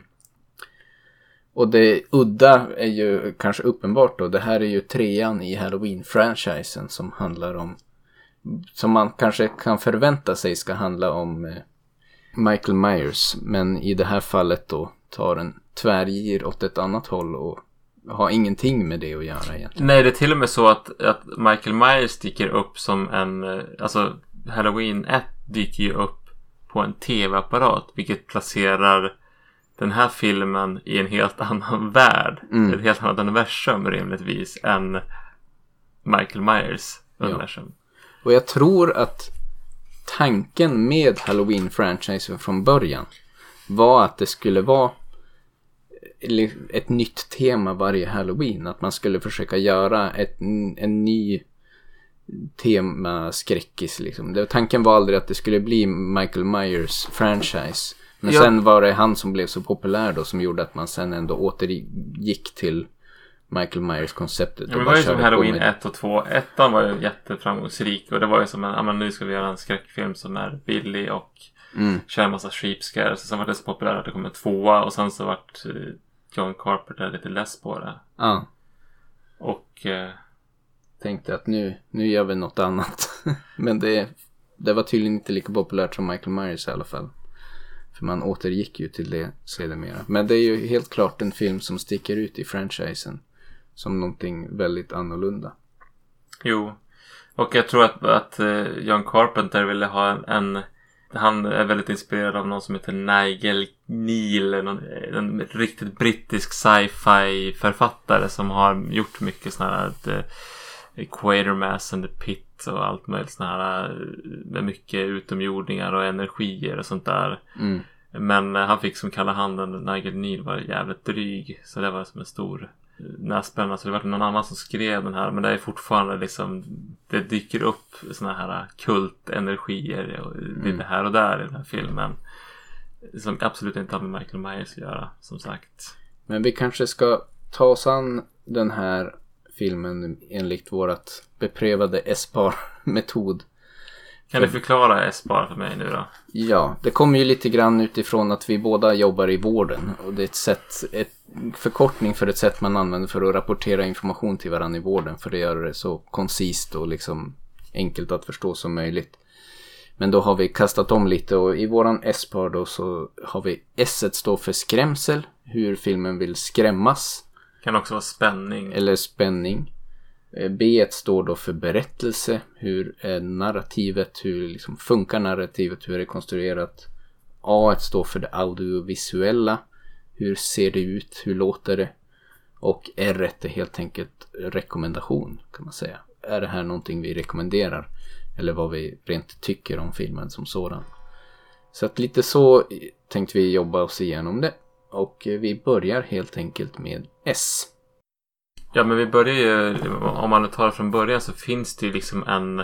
Och det udda är ju kanske uppenbart då. Det här är ju trean i Halloween-franchisen som handlar om, som man kanske kan förvänta sig ska handla om eh, Michael Myers. Men i det här fallet då tar en tvärgir åt ett annat håll och har ingenting med det att göra egentligen. Nej, det är till och med så att, att Michael Myers sticker upp som en, alltså Halloween ett dyker ju upp på en tv-apparat, vilket placerar den här filmen i en helt annan värld, mm. ett helt annat universum rimligtvis än Michael Myers universum. Ja. Och jag tror att tanken med Halloween-franchisen från början var att det skulle vara ett nytt tema varje Halloween. Att man skulle försöka göra ett, en ny tema skräckis liksom. Det, tanken var aldrig att det skulle bli Michael Myers franchise. Men ja. Sen var det han som blev så populär då, som gjorde att man sen ändå återgick till Michael Myers konceptet. Ja, det var ju som Halloween ett och två. Ettan var ju jätteframgångsrik och det var ju som en, ja men nu ska vi göra en skräckfilm som är billig och mm. kör en massa sheep scares. Sen var det så populärt att det kom en tvåa och sen så vart John Carpenter lite less på det. Ja. Och eh... tänkte att nu, nu gör vi något annat. Men det, det var tydligen inte lika populärt som Michael Myers i alla fall. För man återgick ju till det sedermera. Men det är ju helt klart en film som sticker ut i franchisen som någonting väldigt annorlunda. Jo, och jag tror att, att John Carpenter ville ha en, en... Han är väldigt inspirerad av någon som heter Nigel Neal, en, en riktigt brittisk sci-fi författare som har gjort mycket sådana här uh, Quatermass and the Pit och allt möjligt sådana här med mycket utomjordingar och energier och sånt där. Mm. Men uh, han fick som kalla handen, Nigel Neal var jävligt dryg, så det var som en stor näsbränna, så det var någon annan som skrev den här, men det är fortfarande liksom, det dyker upp såna här kultenergier och lite mm. här och där i den här filmen som absolut inte har med Michael Myers att göra, som sagt. Men vi kanske ska ta oss an den här filmen enligt vårat beprövade S B A R-metod. Kan du förklara S B A R för mig nu då? Ja, det kommer ju lite grann utifrån att vi båda jobbar i vården. Och det är ett sätt, ett förkortning för ett sätt man använder för att rapportera information till varandra i vården. För det gör det så koncist och liksom enkelt att förstå som möjligt. Men då har vi kastat om lite och i våran S B A R då så har vi S står för skrämsel, hur filmen vill skrämmas. Kan också vara spänning. Eller spänning. B står då för berättelse, hur är narrativet, hur liksom funkar narrativet, hur är det konstruerat. A står för det audiovisuella, hur ser det ut, hur låter det. Och R är helt enkelt rekommendation, kan man säga. Är det här någonting vi rekommenderar eller vad vi rent tycker om filmen som sådan. Så att lite så tänkte vi jobba oss igenom det. Och vi börjar helt enkelt med S. Ja, men vi börjar ju, om man tar det från början så finns det ju liksom en,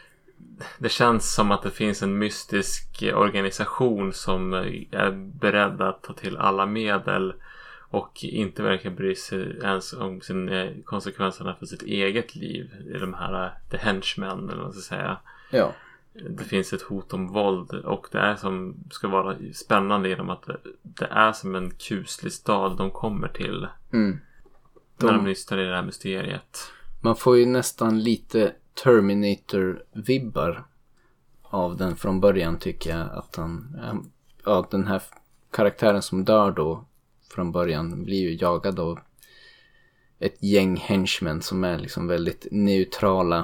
det känns som att det finns en mystisk organisation som är beredd att ta till alla medel och inte verkar bry sig ens om sin, konsekvenserna för sitt eget liv i de här The Henchmen eller vad man ska säga. Ja. Det finns ett hot om våld och det är som ska vara spännande genom att det är som en kuslig stad de kommer till. Mm. De... När de nystar i det här mysteriet. Man får ju nästan lite Terminator-vibbar av den från början, tycker jag. Att han, ja, den här karaktären som dör då från början blir ju jagad av ett gäng henchmen som är liksom väldigt neutrala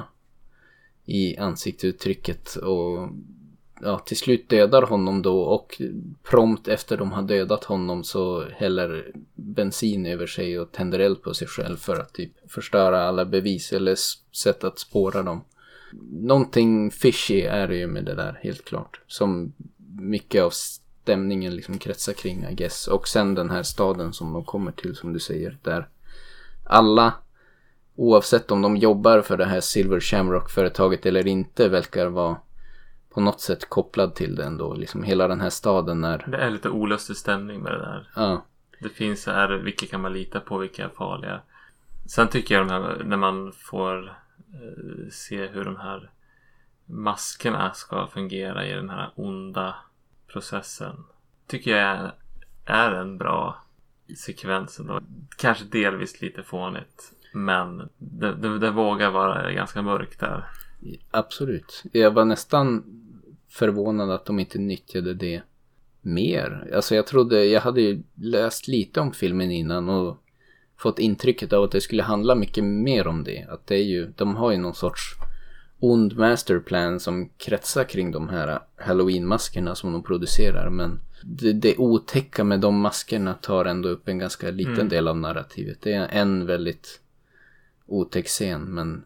i ansiktsuttrycket och ja, till slut dödar honom då, och prompt efter de har dödat honom så häller bensin över sig och tänder eld på sig själv för att typ förstöra alla bevis eller sätt att spåra dem. Någonting fishy är det ju med det där, helt klart, som mycket av stämningen liksom kretsar kring, I guess. Och sen den här staden som de kommer till, som du säger, där alla, oavsett om de jobbar för det här Silver Shamrock-företaget eller inte, verkar vara på något sätt kopplad till det ändå. Liksom hela den här staden är... Det är lite olustig stämning med det där. Ja. Det finns så här, vilka kan man lita på, vilka är farliga. Sen tycker jag de här, när man får eh, se hur de här maskerna ska fungera i den här onda processen, tycker jag är, är en bra sekvens ändå. Kanske delvis lite fånigt, men det, det, det vågar vara ganska mörkt där. Absolut. Jag var nästan förvånad att de inte nyttjade det mer. Alltså jag trodde, jag hade ju läst lite om filmen innan och fått intrycket av att det skulle handla mycket mer om det. Att det är ju, de har ju någon sorts ond masterplan som kretsar kring de här Halloween-maskerna som de producerar. Men det, det otäcka med de maskerna tar ändå upp en ganska liten mm. del av narrativet. Det är en väldigt otäck scen, men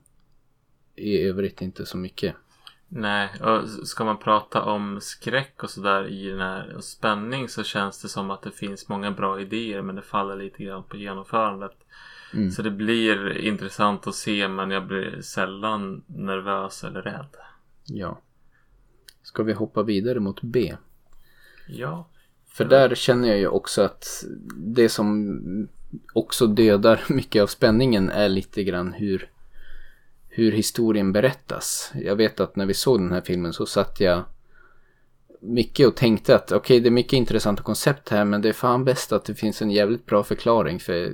i övrigt inte så mycket. Nej, och ska man prata om skräck och sådär i den här och spänning, så känns det som att det finns många bra idéer, men det faller lite grann på genomförandet. Mm. Så det blir intressant att se, men jag blir sällan nervös eller rädd. Ja. Ska vi hoppa vidare mot B? Ja. För där känner jag ju också att det som också dödar mycket av spänningen är lite grann hur hur historien berättas. Jag vet att när vi såg den här filmen så satt jag mycket och tänkte att okej, okay, det är mycket intressanta koncept här, men det är fan bäst att det finns en jävligt bra förklaring, för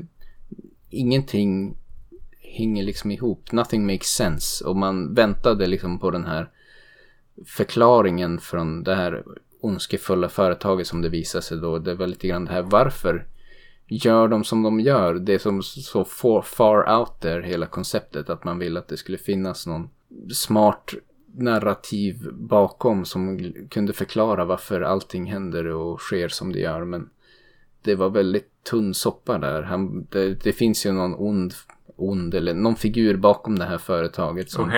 ingenting hänger liksom ihop. Nothing makes sense. Och man väntade liksom på den här förklaringen från det här ondskefulla företaget som det visade sig då. Det var lite grann det här, varför gör de som de gör? Det är som så far out there, hela konceptet, att man vill att det skulle finnas någon smart narrativ bakom som kunde förklara varför allting händer och sker som det gör, men det var väldigt tunn soppa där. Han, det, det finns ju någon ond, ond eller någon figur bakom det här företaget som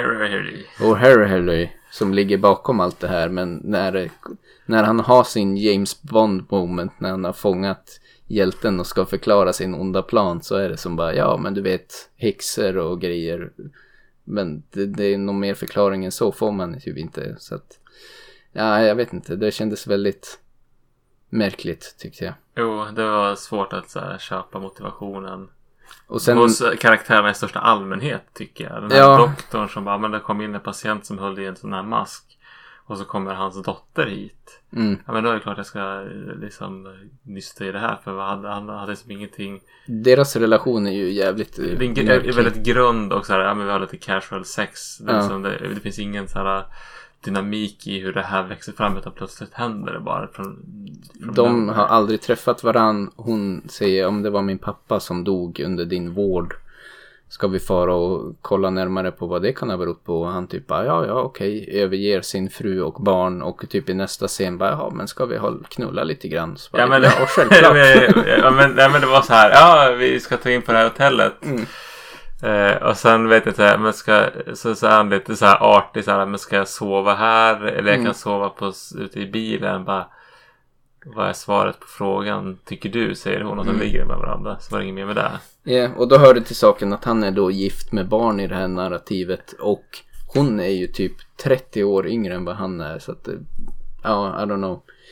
O'Hara som ligger bakom allt det här, men när, när han har sin James Bond moment, när han har fångat hjälten och ska förklara sin onda plan, så är det som bara, ja men du vet, häxor och grejer, men det, det är nog mer förklaring än så får man ju inte, så att ja, jag vet inte, det kändes väldigt märkligt, tyckte jag. Jo, det var svårt att så här, köpa motivationen och sen hos karaktärerna i största allmänhet, tycker jag. Den här ja. doktorn som bara, men det kom in en patient som höll i en sån här mask, och så kommer hans dotter hit. Mm. Ja, men då är det klart att jag ska liksom nysta i det här, för han hade, hade som ingenting. Deras relation är ju jävligt det är, är väldigt grund och så här, ja men vi har lite casual sex. Det, ja. liksom, det, det finns ingen så här dynamik i hur det här växer fram, utan plötsligt händer det bara från, från de den. Har aldrig träffat varann. Hon säger, om det var min pappa som dog under din vård, ska vi fara och kolla närmare på vad det kan ha berott på. Och han typ bara, ja ja okej, överger sin fru och barn, och typ i nästa scen bara, ja men ska vi ha knulla lite grann? Så bara, ja men, ja, självklart. ja, men, ja men det var så här, ja vi ska ta in på det här hotellet. Mm. Eh, och sen vet jag inte, men ska, så, så är han lite så här artig, så här, men ska jag sova här? Eller jag kan mm. sova på, ute i bilen, bara, vad är svaret på frågan, tycker du, säger hon, och så mm. ligger med varandra, så var det inget mer med det. Ja, yeah, och då hör det till saken att han är då gift med barn i det här narrativet, och hon är ju typ trettio år yngre än vad han är, så att, ja, I don't know.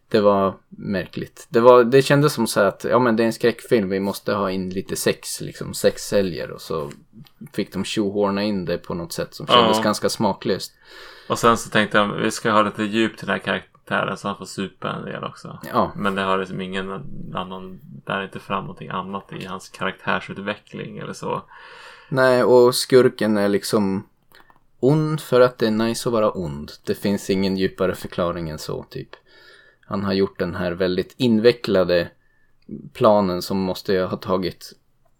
det var märkligt. Det, var, det kändes som så att ja, men det är en skräckfilm, vi måste ha in lite sex, liksom sex säljer, och så fick de tjohorna in det på något sätt som kändes ja. ganska smaklöst. Och sen så tänkte jag vi ska ha lite djup till den här karaktären så han får supa en del också. Ja. Men det har liksom ingen annan, där inte fram någonting annat i hans karaktärsutveckling eller så. Nej, och skurken är liksom ond för att det är nice att vara ond. Det finns ingen djupare förklaring än så typ. Han har gjort den här väldigt invecklade planen som måste ha tagit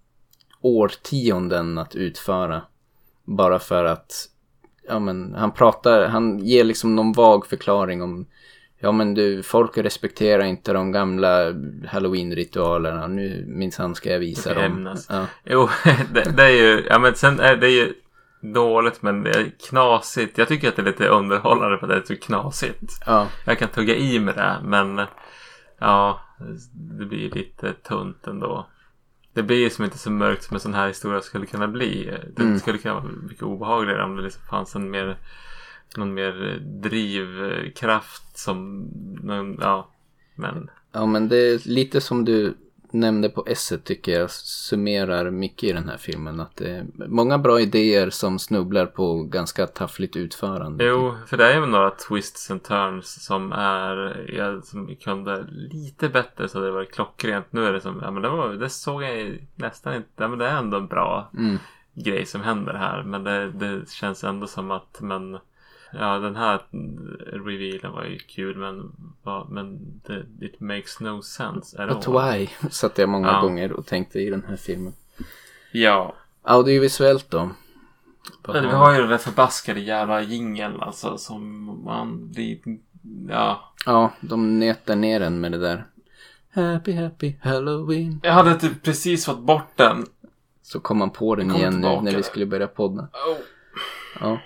årtionden att utföra. Bara för att ja, men, han pratar, han ger liksom någon vag förklaring om ja men du, folk respekterar inte de gamla Halloween-ritualerna. Nu minsann ska jag visa dem. Ja. Jo, det, det är ju ja men sen är det ju dåligt, men det är knasigt. Jag tycker att det är lite underhållande för att det är så knasigt. Ja. Jag kan tugga i med det, men ja, det blir lite tunt ändå. Det blir som inte så mörkt som en sån här historia skulle kunna bli. Det mm. skulle kunna vara mycket obehagligare om det liksom fanns en mer någon mer drivkraft som någon, ja, men ja, men det är lite som du nämnde på esset tycker jag summerar mycket i den här filmen, att det är många bra idéer som snubblar på ganska taffligt utförande. Jo, för det är ju några twists and turns som är ja, som kunde lite bättre så det var klockrent. Nu är det som, ja men det, var, det såg jag nästan inte, ja men det är ändå en bra mm. grej som händer här, men det, det känns ändå som att men ja, den här revealen var ju kul, men, men det, it makes no sense at all. But why? Satt jag många ja. gånger och tänkte i den här filmen. Ja. Audiovisuellt då? Men vi har ju den där förbaskade jävla jingeln alltså, som man blir, ja. Ja, de nöter ner den med det där. Happy, happy Halloween. Jag hade typ precis fått bort den. Så kom man på den kom igen nu när vi skulle börja podda. Oh. Ja.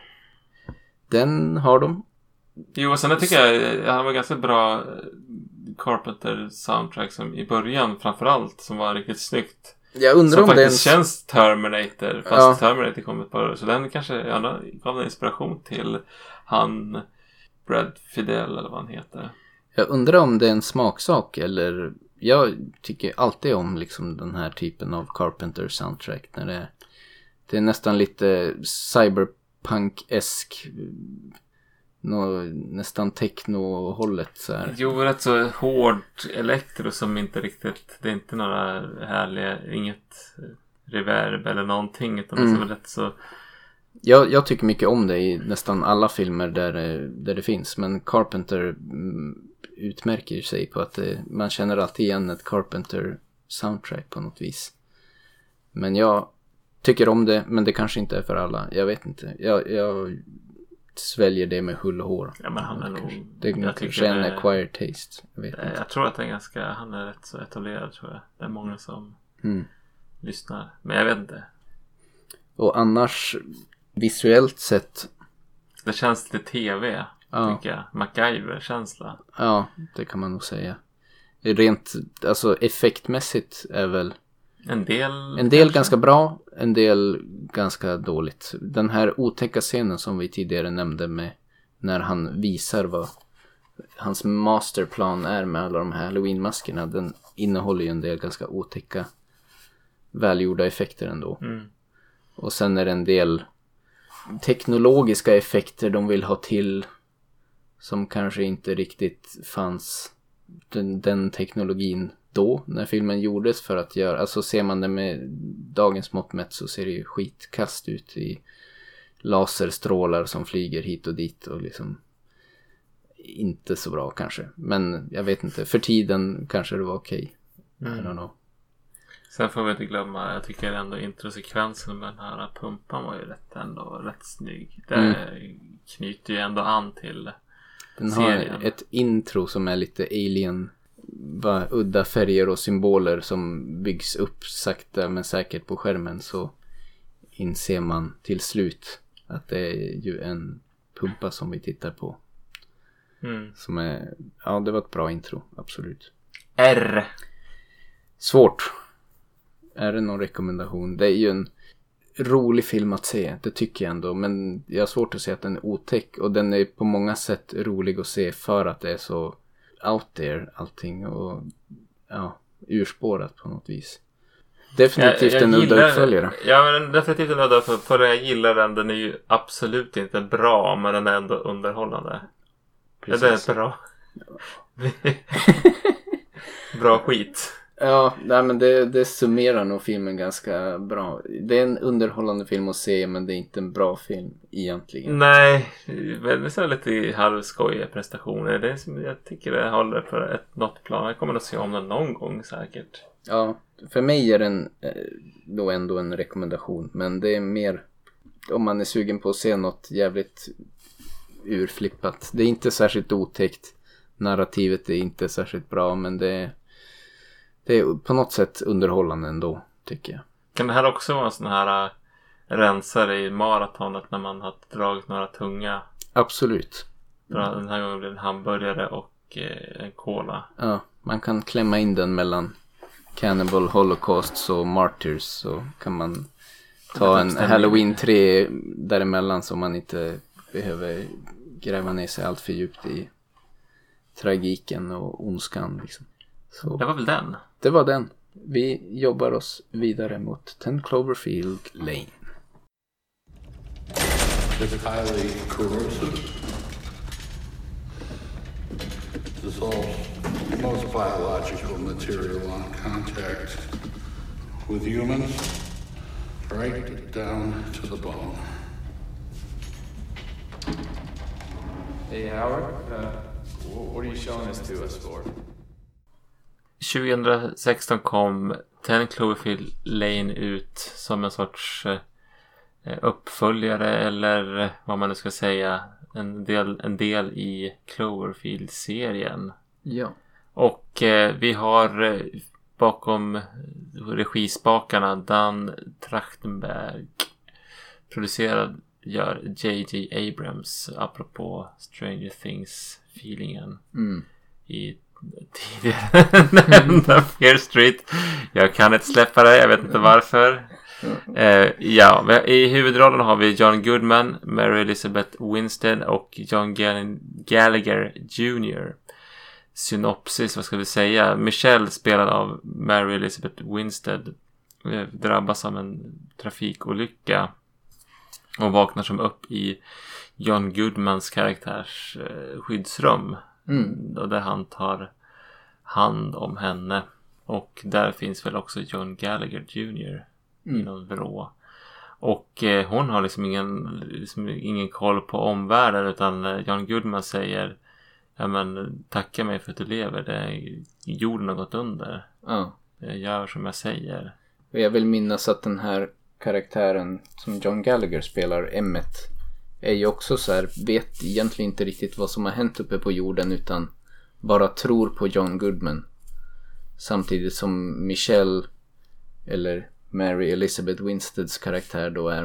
Den har de. Jo, och sen jag tycker jag han var ganska bra Carpenter soundtrack som i början framförallt som var riktigt snyggt. Jag undrar som om faktiskt den känns Terminator fast ja. Terminator kom ett par år. Så den kanske ja, gav en inspiration till han Brad Fidel eller vad han heter. Jag undrar om det är en smaksak eller jag tycker alltid om liksom den här typen av Carpenter soundtrack när det är, det är nästan lite cyberpunk-esk nå, nästan techno-hållet så här. Jo, rätt så hårt elektro som inte riktigt, det är inte några härliga, inget reverb eller någonting utan mm. det är som rätt så. Jag, jag tycker mycket om det i nästan alla filmer där, där det finns, men Carpenter utmärker sig på att det, man känner alltid igen ett Carpenter soundtrack på något vis. Men jag tycker om det, men det kanske inte är för alla. Jag vet inte. Jag, jag sväljer det med hull och hår. Ja, men han är nog, det är kanske en acquired taste. Jag vet jag inte. Jag tror att det är ganska, han är rätt så etablerad tror jag. Det är många som mm. lyssnar. Men jag vet inte. Och annars visuellt sett det känns lite tv, ja. Tycker jag. MacGyver-känsla. Ja, det kan man nog säga. Rent, alltså effektmässigt är väl en del en del ganska bra, en del ganska dåligt. Den här otäcka scenen som vi tidigare nämnde med när han visar vad hans masterplan är med alla de här Halloween-maskerna, den innehåller ju en del ganska otäcka välgjorda effekter ändå. Mm. Och sen är det en del teknologiska effekter de vill ha till som kanske inte riktigt fanns den, den teknologin då när filmen gjordes för att göra, alltså ser man det med dagens mått mätt så ser det ju skitkast ut i laserstrålar som flyger hit och dit och liksom inte så bra kanske, men jag vet inte, för tiden kanske det var okej. Okay. Mm. I don't know. Sen får vi inte glömma, jag tycker ändå introsekvensen med den här pumpan var ju rätt ändå rätt snygg. Det mm. knyter ju ändå an till den serien. Har ett intro som är lite alien, bara udda färger och symboler som byggs upp sakta men säkert på skärmen, så inser man till slut att det är ju en pumpa som vi tittar på. Mm. Som är, ja det var ett bra intro, absolut. R. Svårt. Är det någon rekommendation? Det är ju en rolig film att se, det tycker jag ändå. Men jag har svårt att säga att den är otäck. Och den är på många sätt rolig att se för att det är så out there allting och ja, urspårat på något vis. Definitivt jag, jag en udda uppföljare. Ja, men definitivt en udda uppföljare. Jag gillar den. Den är ju absolut inte bra, men den är ändå underhållande. Precis. Ja, det är bra. Bra skit. Ja, nej, men det, det summerar nog filmen ganska bra. Det är en underhållande film att se, men det är inte en bra film egentligen. Nej, väldigt så lite halvskojiga prestationer. Det är som jag tycker det håller för ett något plan. Jag kommer att se om den någon gång säkert. Ja, för mig är den då ändå en rekommendation. Men det är mer om man är sugen på att se något jävligt urflippat. Det är inte särskilt otäckt. Narrativet är inte särskilt bra, men det är, det är på något sätt underhållande ändå, tycker jag. Kan det här också vara en sån här uh, rensare i maratonet när man har dragit några tunga? Absolut. Den här gången blir det en hamburgare och uh, en cola. Ja, man kan klämma in den mellan Cannibal Holocaust och Martyrs, så kan man ta en Halloween tre däremellan så man inte behöver gräva ner sig allt för djupt i tragiken och ondskan liksom. Så det var väl den? Det var den. Vi jobbar oss vidare mot ten Cloverfield Lane. It's highly corrosive. Dissolves most biological material on contact with humans, right down to the bone. Hey Howard, uh, what are you showing this to us for? tjugo sexton kom ten Cloverfield Lane ut som en sorts eh, uppföljare eller vad man nu ska säga, en del, en del i Cloverfield-serien. Ja. Och eh, vi har eh, bakom regispakarna Dan Trachtenberg, producerad gör J J Abrams, apropå Stranger Things-feelingen mm. i tidigare nämnda Fear Street. Jag kan inte släppa det, jag vet inte varför. Eh, ja, i huvudrollen har vi John Goodman, Mary Elizabeth Winstead och John Gall- Gallagher junior Synopsis, vad ska vi säga? Michelle, spelad av Mary Elizabeth Winstead, eh, drabbas av en trafikolycka och vaknar som upp i John Goodmans karaktärs eh, skyddsrum. Mm. Och där han tar hand om henne. Och där finns väl också John Gallagher junior Mm. i någon vrå. Och eh, hon har liksom ingen, liksom ingen koll på omvärlden, utan eh, John Goodman säger, ja men tacka mig för att du lever, det, jorden har gått under. Ja. Jag gör som jag säger. Och jag vill minnas att den här karaktären som John Gallagher spelar, Emmett, är ju också så här, vet egentligen inte riktigt vad som har hänt uppe på jorden, utan bara tror på John Goodman. Samtidigt som Michelle, eller Mary Elizabeth Winsteads karaktär då, är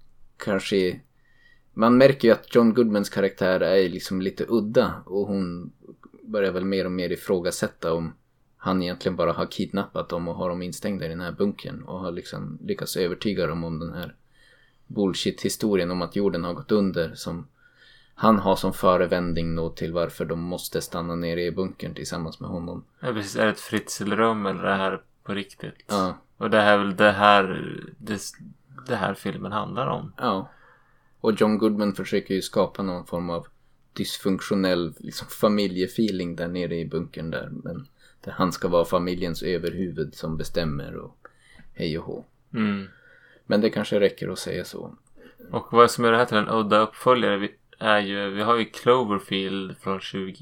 kanske, man märker ju att John Goodmans karaktär är liksom lite udda, och hon börjar väl mer och mer ifrågasätta om han egentligen bara har kidnappat dem och har dem instängda i den här bunkern, och har liksom lyckats övertyga dem om den här bullshit-historien om att jorden har gått under, som han har som förevändning då till varför de måste stanna nere i bunkern tillsammans med honom. Ja, precis. Är det ett fritzelrum eller det här på riktigt? Ja. Och det här är väl det här det, det här filmen handlar om. Ja. Och John Goodman försöker ju skapa någon form av dysfunktionell liksom, familjefeeling där nere i bunkern där. Men där han ska vara familjens överhuvud som bestämmer och hej och hå. Mm. Men det kanske räcker att säga så. Och vad som är det här till en udda uppföljare är ju, vi har ju Cloverfield från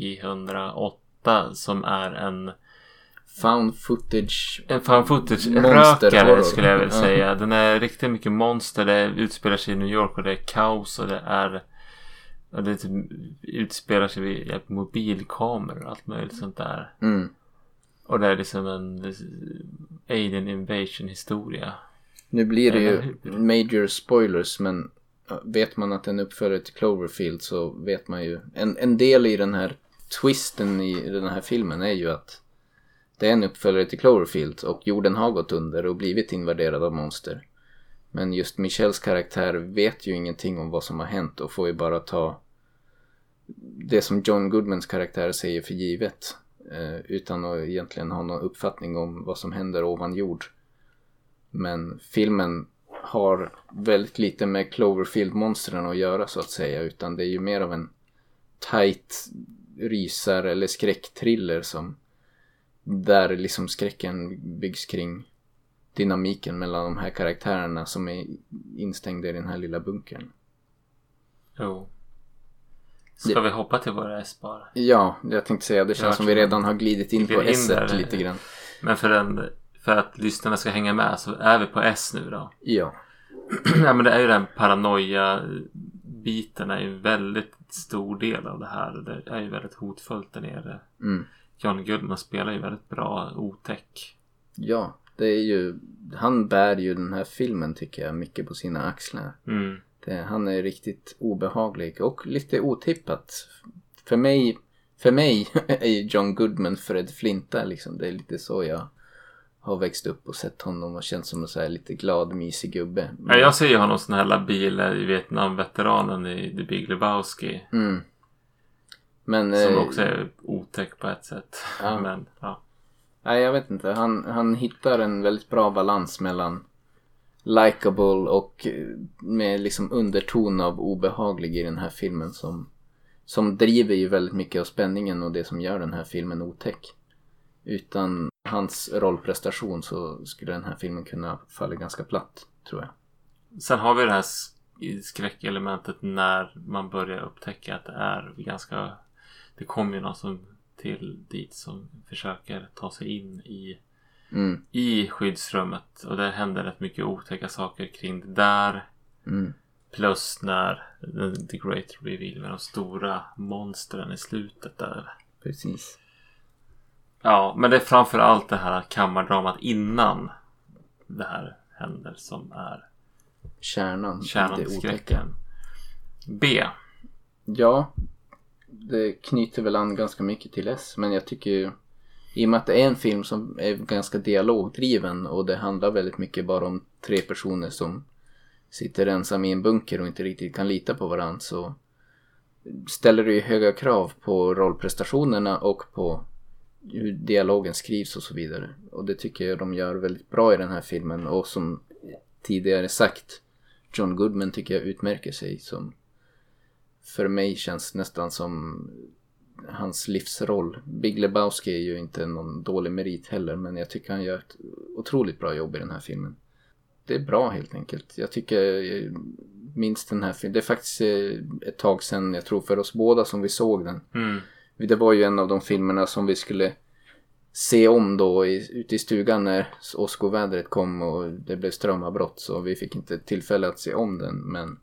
tjugohundraåtta som är en found footage en found footage rökare skulle jag väl säga. Uh-huh. Den är riktigt mycket monster. Det utspelar sig i New York och det är kaos och det är och det typ utspelar sig vid mobilkameror och allt möjligt sånt där. Mm. Och det är liksom en alien invasion historia. Nu blir det ju major spoilers, men vet man att den uppföljare till Cloverfield så vet man ju en, en del i den här twisten i den här filmen är ju att det är en uppföljare till Cloverfield och jorden har gått under och blivit invaderad av monster. Men just Michelles karaktär vet ju ingenting om vad som har hänt och får ju bara ta det som John Goodmans karaktär säger för givet. eh, utan att egentligen ha någon uppfattning om vad som händer ovan jord. Men filmen har väldigt lite med Cloverfield-monstren att göra så att säga, utan det är ju mer av en tight rysar eller skräcktriller som där liksom skräcken byggs kring dynamiken mellan de här karaktärerna som är instängda i den här lilla bunkern. Jo. Ska det... vi hoppa till våra S bara? Ja, jag tänkte säga det känns jag som vi redan har glidit in på S lite grann. Men för, den, för att lyssnarna ska hänga med så är vi på S nu då. Ja. Ja, men det är ju den paranoia-biten är ju en väldigt stor del av det här. Det är ju väldigt hotfullt där nere. Mm. John Goodman spelar ju väldigt bra otäck. Ja, det är ju, han bär ju den här filmen tycker jag mycket på sina axlar. Mm. Det, han är riktigt obehaglig och lite otippat. För mig, för mig är ju John Goodman Fred Flinta liksom. Det är lite så jag har växt upp och sett honom och känt som en så här lite glad, mysig gubbe. Ja, jag ser ju honom som den här labila i Vietnam-veteranen i The Big Lebowski. Mm. Men, som eh, också är otäck på ett sätt. Ja. Men, ja. Nej, jag vet inte. Han, han hittar en väldigt bra balans mellan likable och med liksom underton av obehaglig i den här filmen som, som driver ju väldigt mycket av spänningen och det som gör den här filmen otäck. Utan hans rollprestation så skulle den här filmen kunna falla ganska platt, tror jag. Sen har vi det här skräckelementet när man börjar upptäcka att det är ganska... Det kommer ju någon som till dit som försöker ta sig in i, mm. i skyddsrummet. Och det händer rätt mycket otäcka saker kring det där. Mm. Plus när The Great Reveal med de stora monstren i slutet där. Precis. Ja, men det är framförallt det här kammardramat innan det här händer som är kärnan, kärnan i skräcken. B. Ja, det knyter väl an ganska mycket till S. Men jag tycker ju, i och med att det är en film som är ganska dialogdriven och det handlar väldigt mycket bara om tre personer som sitter ensam i en bunker och inte riktigt kan lita på varandra, så ställer det ju höga krav på rollprestationerna och på hur dialogen skrivs och så vidare. Och det tycker jag de gör väldigt bra i den här filmen. Och som tidigare sagt, John Goodman tycker jag utmärker sig som, för mig känns nästan som hans livsroll. Big Lebowski är ju inte någon dålig merit heller, men jag tycker han gör ett otroligt bra jobb i den här filmen. Det är bra helt enkelt. Jag tycker jag minns den här filmen. Det är faktiskt ett tag sedan, jag tror för oss båda, som vi såg den. Mm. Det var ju en av de filmerna som vi skulle se om då i, ute i stugan när åskovädret kom och det blev strömavbrott, så vi fick inte tillfälle att se om den, men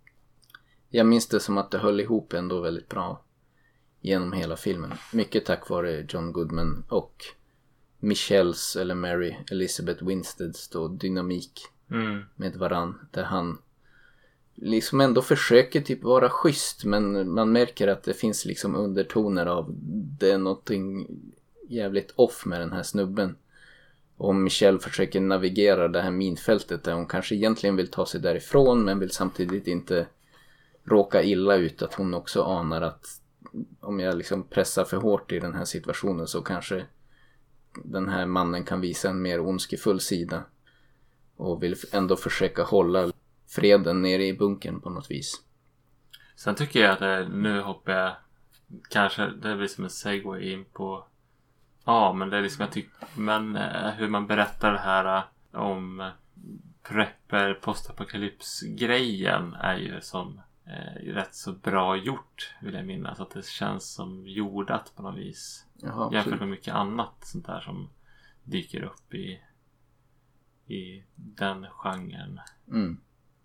jag minns det som att det höll ihop ändå väldigt bra genom hela filmen. Mycket tack vare John Goodman och Michelles eller Mary Elizabeth Winsteads då dynamik mm. med varann, där han liksom ändå försöker typ vara schysst, men man märker att det finns liksom undertoner av det är någonting jävligt off med den här snubben. Och Michelle försöker navigera det här minfältet där hon kanske egentligen vill ta sig därifrån, men vill samtidigt inte råka illa ut, att hon också anar att om jag liksom pressar för hårt i den här situationen så kanske den här mannen kan visa en mer ondskefull sida och vill ändå försöka hålla freden nere i bunkern på något vis. Sen tycker jag att det, nu hoppar jag kanske, det blir som en segway in på ja, men det är liksom jag tycker, men hur man berättar det här om prepper postapokalyps-grejen är ju som eh, rätt så bra gjort, vill jag minnas, att det känns som jordat på något vis. Jaha, jämfört med mycket annat sånt där som dyker upp i i den genren. Mm.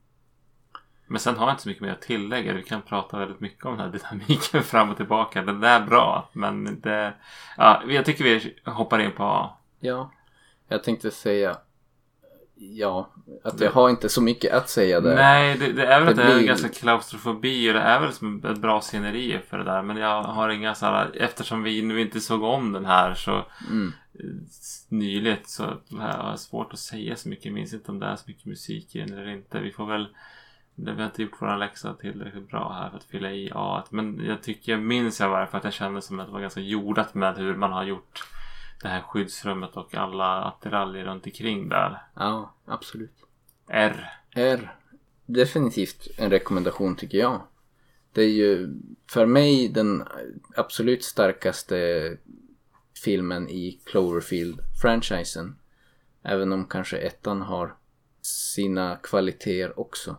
Men sen har jag inte så mycket mer att tillägga. Vi kan prata väldigt mycket om den här dynamiken fram och tillbaka. Den är bra, men det, ja, jag tycker vi hoppar in på A. Ja, jag tänkte säga ja, att jag har inte så mycket att säga där. Nej, det, det är väl det att det blir... är ganska klaustrofobi och det är väl som ett bra sceneri för det där. Men jag har inga sådana, eftersom vi nu inte såg om den här så mm. nyligt, så jag har svårt att säga så mycket. Jag minns inte om det är så mycket musik i den eller inte. Vi får väl vi har inte gjort våra läxor tillräckligt bra här för att fylla i A. Men jag tycker, jag minns jag varför att jag kände som att det var ganska jordat med hur man har gjort det här skyddsrummet och alla attiraljer runt omkring där. Ja, absolut. R. R. Definitivt en rekommendation tycker jag. Det är ju för mig den absolut starkaste filmen i Cloverfield-franchisen. Även om kanske ettan har sina kvaliteter också.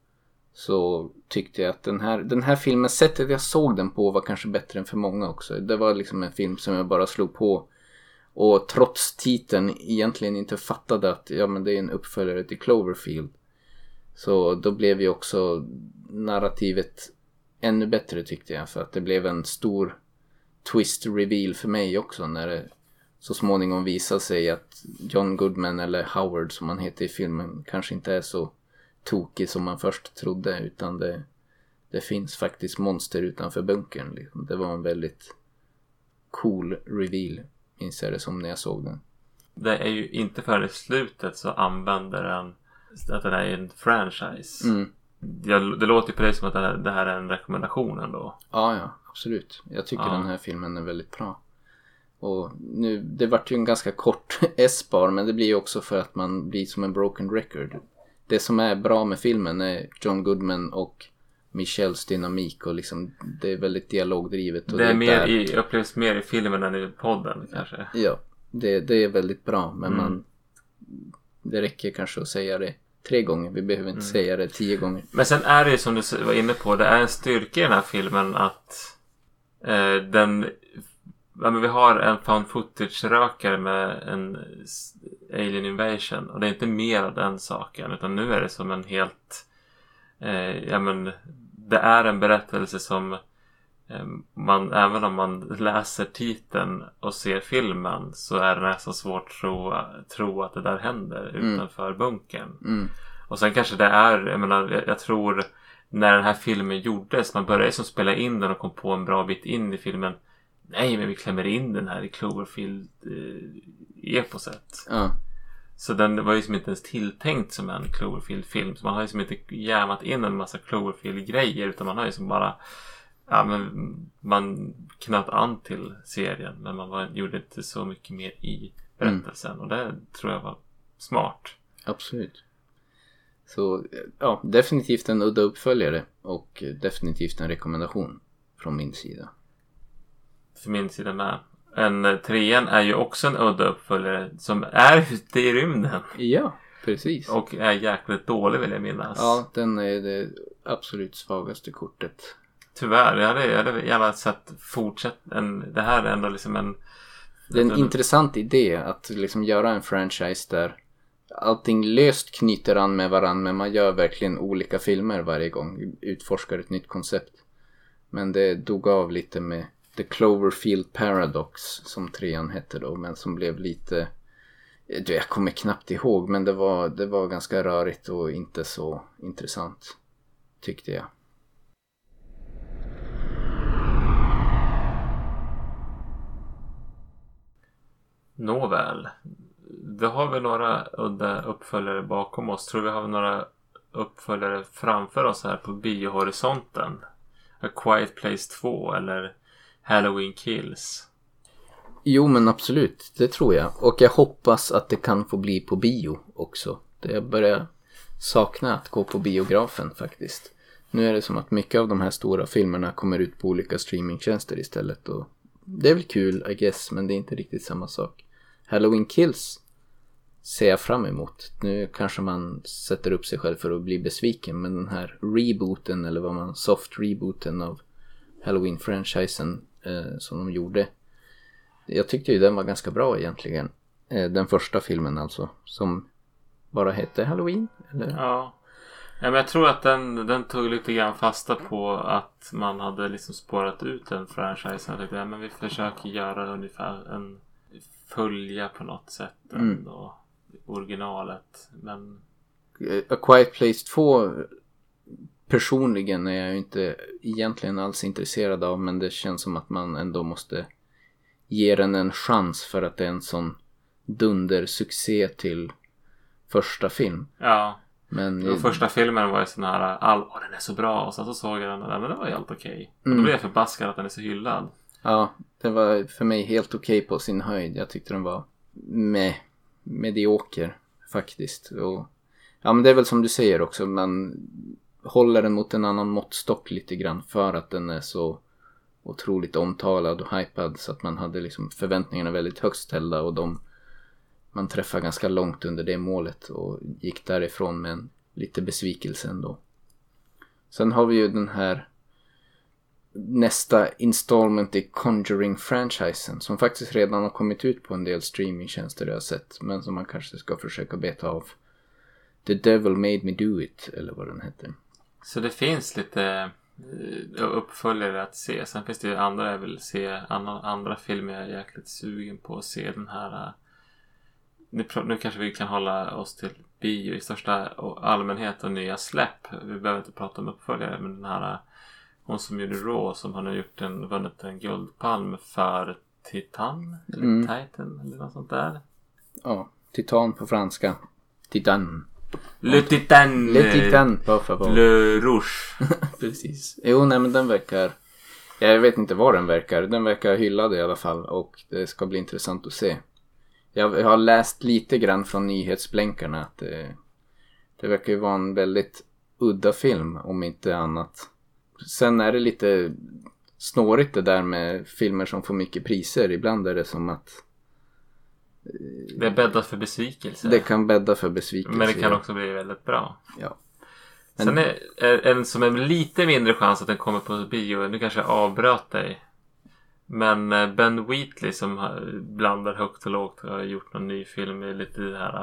Så tyckte jag att den här, den här filmen, sättet jag såg den på var kanske bättre än för många också. Det var liksom en film som jag bara slog på. Och trots titeln egentligen inte fattade att ja, men det är en uppföljare till Cloverfield. Så då blev ju också narrativet ännu bättre tyckte jag. För att det blev en stor twist reveal för mig också. När det så småningom visade sig att John Goodman eller Howard som han heter i filmen kanske inte är så tokig som man först trodde. Utan det, det finns faktiskt monster utanför bunkern. Liksom. Det var en väldigt cool reveal. Minns jag det som när jag såg den. Det är ju inte förrän i slutet så använder den att den är en franchise. Mm. Jag, det låter ju på dig som att det här, det här är en rekommendation ändå. Ja, ja, absolut. Jag tycker ja. den här filmen är väldigt bra. Och nu, det vart ju en ganska kort S-bar, men det blir ju också för att man blir som en broken record. Det som är bra med filmen är John Goodman och Michelles dynamik och liksom det är väldigt dialogdrivet. Och det är, det är mer där... i, upplevs mer i filmen än i podden kanske. Ja, det, det är väldigt bra, men mm. man det räcker kanske att säga det tre gånger. Vi behöver inte mm. säga det tio gånger. Men sen är det ju som du var inne på, det är en styrka i den här filmen att eh, den ja, men vi har en found footage-rökare med en alien invasion och det är inte mer av den saken utan nu är det som en helt eh, ja men det är en berättelse som eh, man, även om man läser titeln och ser filmen så är det nästan svårt att tro, tro att det där händer mm. utanför bunkern. Mm. Och sen kanske det är, jag menar, jag, jag tror när den här filmen gjordes, man började som spela in den och kom på en bra bit in i filmen. Nej, men vi klämmer in den här i Cloverfield-eposet. Eh, ja. Så den var ju som inte ens tilltänkt som en Cloverfield-film. Så man har ju som inte jämat in en massa Cloverfield-grejer. Utan man har ju som bara ja, men man knöt an till serien. Men man var, gjorde inte så mycket mer i berättelsen. Mm. Och det tror jag var smart. Absolut. Så ja, definitivt en udda uppföljare. Och definitivt en rekommendation från min sida. För min sida med. En trean är ju också en udda uppföljare som är ute i rymden. Ja, precis. Och är jäkligt dålig vill jag minnas. Ja, den är det absolut svagaste kortet. Tyvärr, jag hade, jag hade gärna sett fortsätt en, det här är ändå liksom en... Det är en, en intressant idé att liksom göra en franchise där allting löst knyter an med varann men man gör verkligen olika filmer varje gång. Utforskar ett nytt koncept. Men det dog av lite med The Cloverfield Paradox som trean hette då, men som blev lite, jag kommer knappt ihåg, men det var, det var ganska rörigt och inte så intressant tyckte jag. Nåväl, vi har väl några udda uppföljare bakom oss. Tror vi har några uppföljare framför oss här på biohorisonten. A Quiet Place två eller Halloween Kills. Jo men absolut, det tror jag. Och jag hoppas att det kan få bli på bio också. Det börjar sakna att gå på biografen faktiskt. Nu är det som att mycket av de här stora filmerna kommer ut på olika streamingtjänster istället. Och det är väl kul, I guess, men det är inte riktigt samma sak. Halloween Kills ser jag fram emot. Nu kanske man sätter upp sig själv för att bli besviken. Men den här rebooten, eller vad man, soft rebooten av Halloween-franchisen eh, som de gjorde. Jag tyckte ju den var ganska bra egentligen. Eh, den första filmen alltså. Som bara hette Halloween. Eller? Ja. Ja, men jag tror att den, den tog lite grann fasta på att man hade liksom spårat ut en franchise. Jag tänkte, ja, men vi försöker göra ungefär en följa på något sätt mm. och originalet. Men A Quiet Place två personligen är jag ju inte egentligen alls intresserad av, men det känns som att man ändå måste ge den en chans för att det är en sån dundersuccé till första film. Ja. Men den första filmen var ju sån här, all, åh den är så bra, och sen så såg jag den och men det var helt okej. Okay. Och då Mm. blev jag förbaskad att den är så hyllad. Ja, det var för mig helt okej på sin höjd. Jag tyckte den var med, medioker faktiskt. Och, ja, men det är väl som du säger också, man håller den mot en annan måttstock lite grann för att den är så otroligt omtalad och hypad, så att man hade liksom förväntningarna väldigt högt ställda och de, man träffade ganska långt under det målet och gick därifrån med en lite besvikelse ändå. Sen har vi ju den här nästa installment i Conjuring-franchisen som faktiskt redan har kommit ut på en del streamingtjänster jag har sett, men som man kanske ska försöka beta av. The Devil Made Me Do It, eller vad den heter. Så det finns lite uppföljare att se. Sen finns det ju andra jag vill se, andra, andra filmer jag är jäkligt sugen på att se. Den här nu, nu kanske vi kan hålla oss till bio i största allmänhet och nya släpp. Vi behöver inte prata om uppföljare, men den här hon som gjorde Raw, som har nu gjort en, vunnit en guldpalm för Titan eller Mm. Titan eller något sånt där. Ja, Titan på franska. Titan. Le Titan. Le Titan på favor. Le Rouge. Precis. Jo, nej men den verkar, jag vet inte vad den verkar. Den verkar hyllad i alla fall och det ska bli intressant att se. Jag har läst lite grann från nyhetsblänkarna att det, det verkar ju vara en väldigt udda film om inte annat. Sen är det lite snårigt det där med filmer som får mycket priser. Ibland är det som att det är bäddat för besvikelse. det kan bädda för besvikelse. Men det kan också bli väldigt bra. Ja. Men sen är, är en som är lite mindre chans att den kommer på bio. Nu kanske jag avbröt dig. Men Ben Wheatley som har, blandar högt och lågt, har gjort någon ny film med lite det här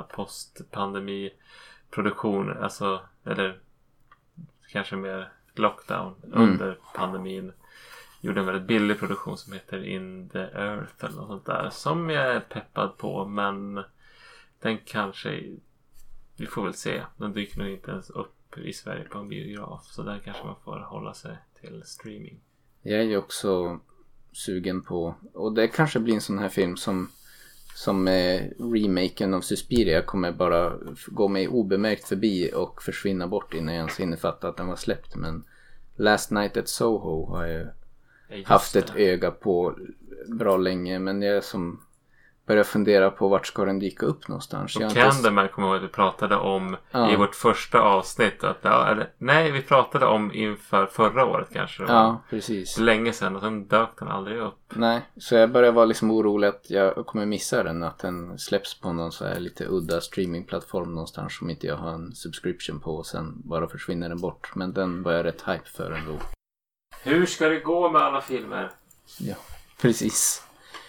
post-pandemi-produktion. Alltså, eller kanske mer lockdown Mm. under pandemin. Gjorde en väldigt billig produktion som heter In the Earth eller något sånt där. Som jag är peppad på, men den kanske, vi får väl se. Den dyker nog inte ens upp i Sverige på en biograf. Så där kanske man får hålla sig till streaming. Jag är ju också sugen på, och det kanske blir en sån här film som som eh, remaken av Suspiria kommer bara gå mig obemärkt förbi och försvinna bort innan jag ens hinner fatta att den var släppt. Men Last Night at Soho har jag Ja, haft ett det. öga på bra länge, men jag som börjar fundera på vart ska den dyka upp någonstans. Och Jag har inte ens- Candyman kommer ihåg att vi pratade om Ja. i vårt första avsnitt att, ja, eller, nej, vi pratade om inför förra året kanske. Det var Ja, precis. länge sedan och sen dök den aldrig upp. Nej, så jag börjar vara liksom orolig att jag kommer missa den. Att den släpps på någon så här lite udda streamingplattform någonstans som inte jag har en subscription på och sen bara försvinner den bort. Men den var jag rätt hype för ändå. Hur ska det gå med alla filmer? Ja, precis.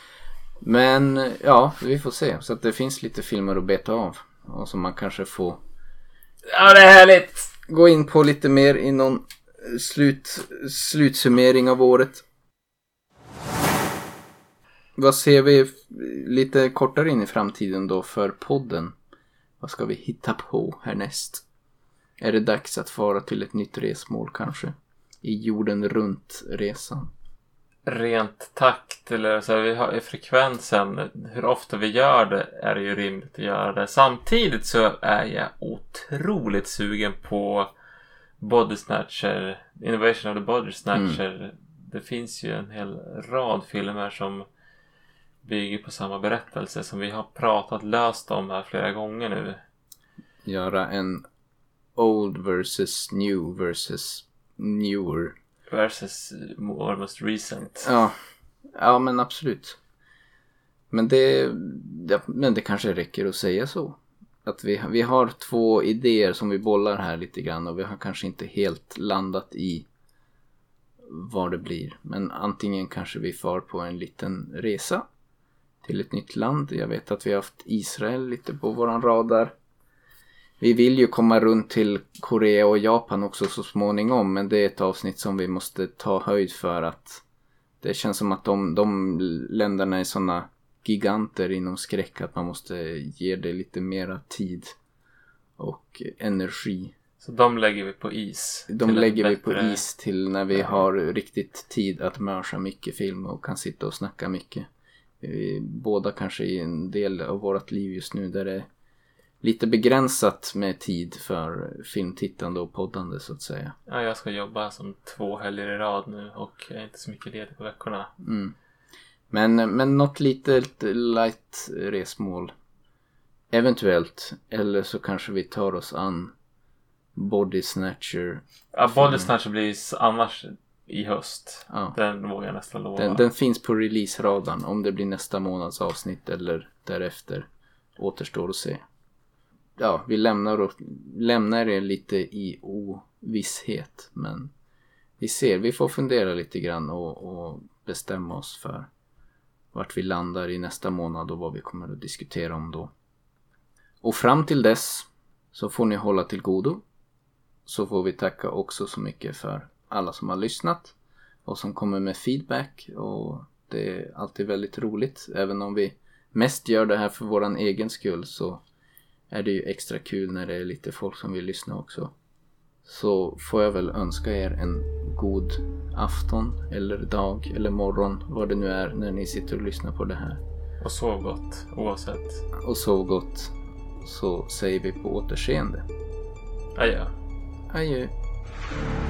Men ja, vi får se. Så att det finns lite filmer att beta av. Och som man kanske får Ja, det är härligt! gå in på lite mer i någon slut, slutsummering av året. Vad ser vi f- lite kortare in i framtiden då för podden? Vad ska vi hitta på härnäst? Är det dags att fara till ett nytt resmål kanske? I jorden runt resan. Rent takt eller så här, vi har i frekvensen, hur ofta vi gör det är det ju rimligt att göra det. Samtidigt så är jag otroligt sugen på Body Snatcher, Innovation of the Body Snatcher. Mm. Det finns ju en hel rad filmer som bygger på samma berättelse som vi har pratat löst om här flera gånger nu. Göra en old versus new versus newer. Versus more most recent. Ja, ja men absolut. Men det, ja, men det kanske räcker att säga så. Att vi, vi har två idéer som vi bollar här lite grann och vi har kanske inte helt landat i vad det blir. Men antingen kanske vi far på en liten resa till ett nytt land. Jag vet att vi har haft Israel lite på våran radar. Vi vill ju komma runt till Korea och Japan också så småningom. Men det är ett avsnitt som vi måste ta höjd för att det känns som att de, de länderna är såna giganter inom skräck att man måste ge det lite mera tid och energi. Så de lägger vi på is. De lägger vi på bättre... is till när vi har riktigt tid att mörsa mycket film och kan sitta och snacka mycket. Vi båda kanske i en del av vårt liv just nu där det lite begränsat med tid för filmtittande och poddande så att säga. Ja, jag ska jobba som två helger i rad nu och jag är inte så mycket ledig på veckorna. Mm. Men, men något litet light resmål eventuellt, eller så kanske vi tar oss an Body Snatcher. Ja, Body Snatcher blir annars i höst. Ja. Den vågar jag nästan lova. Den, den finns på release-radarn. Om det blir nästa månads avsnitt eller därefter återstår att se. Ja, vi lämnar, och, lämnar det lite i ovisshet. Men vi ser, vi får fundera lite grann och, och bestämma oss för vart vi landar i nästa månad och vad vi kommer att diskutera om då. Och fram till dess så får ni hålla till godo. Så får vi tacka också så mycket för alla som har lyssnat och som kommer med feedback, och det är alltid väldigt roligt. Även om vi mest gör det här för våran egen skull så är det ju extra kul när det är lite folk som vill lyssna också. Så får jag väl önska er en god afton eller dag eller morgon, vad det nu är när ni sitter och lyssnar på det här. Och sov gott oavsett. Och sov gott, så säger vi på återseende. Adjö. Adjö.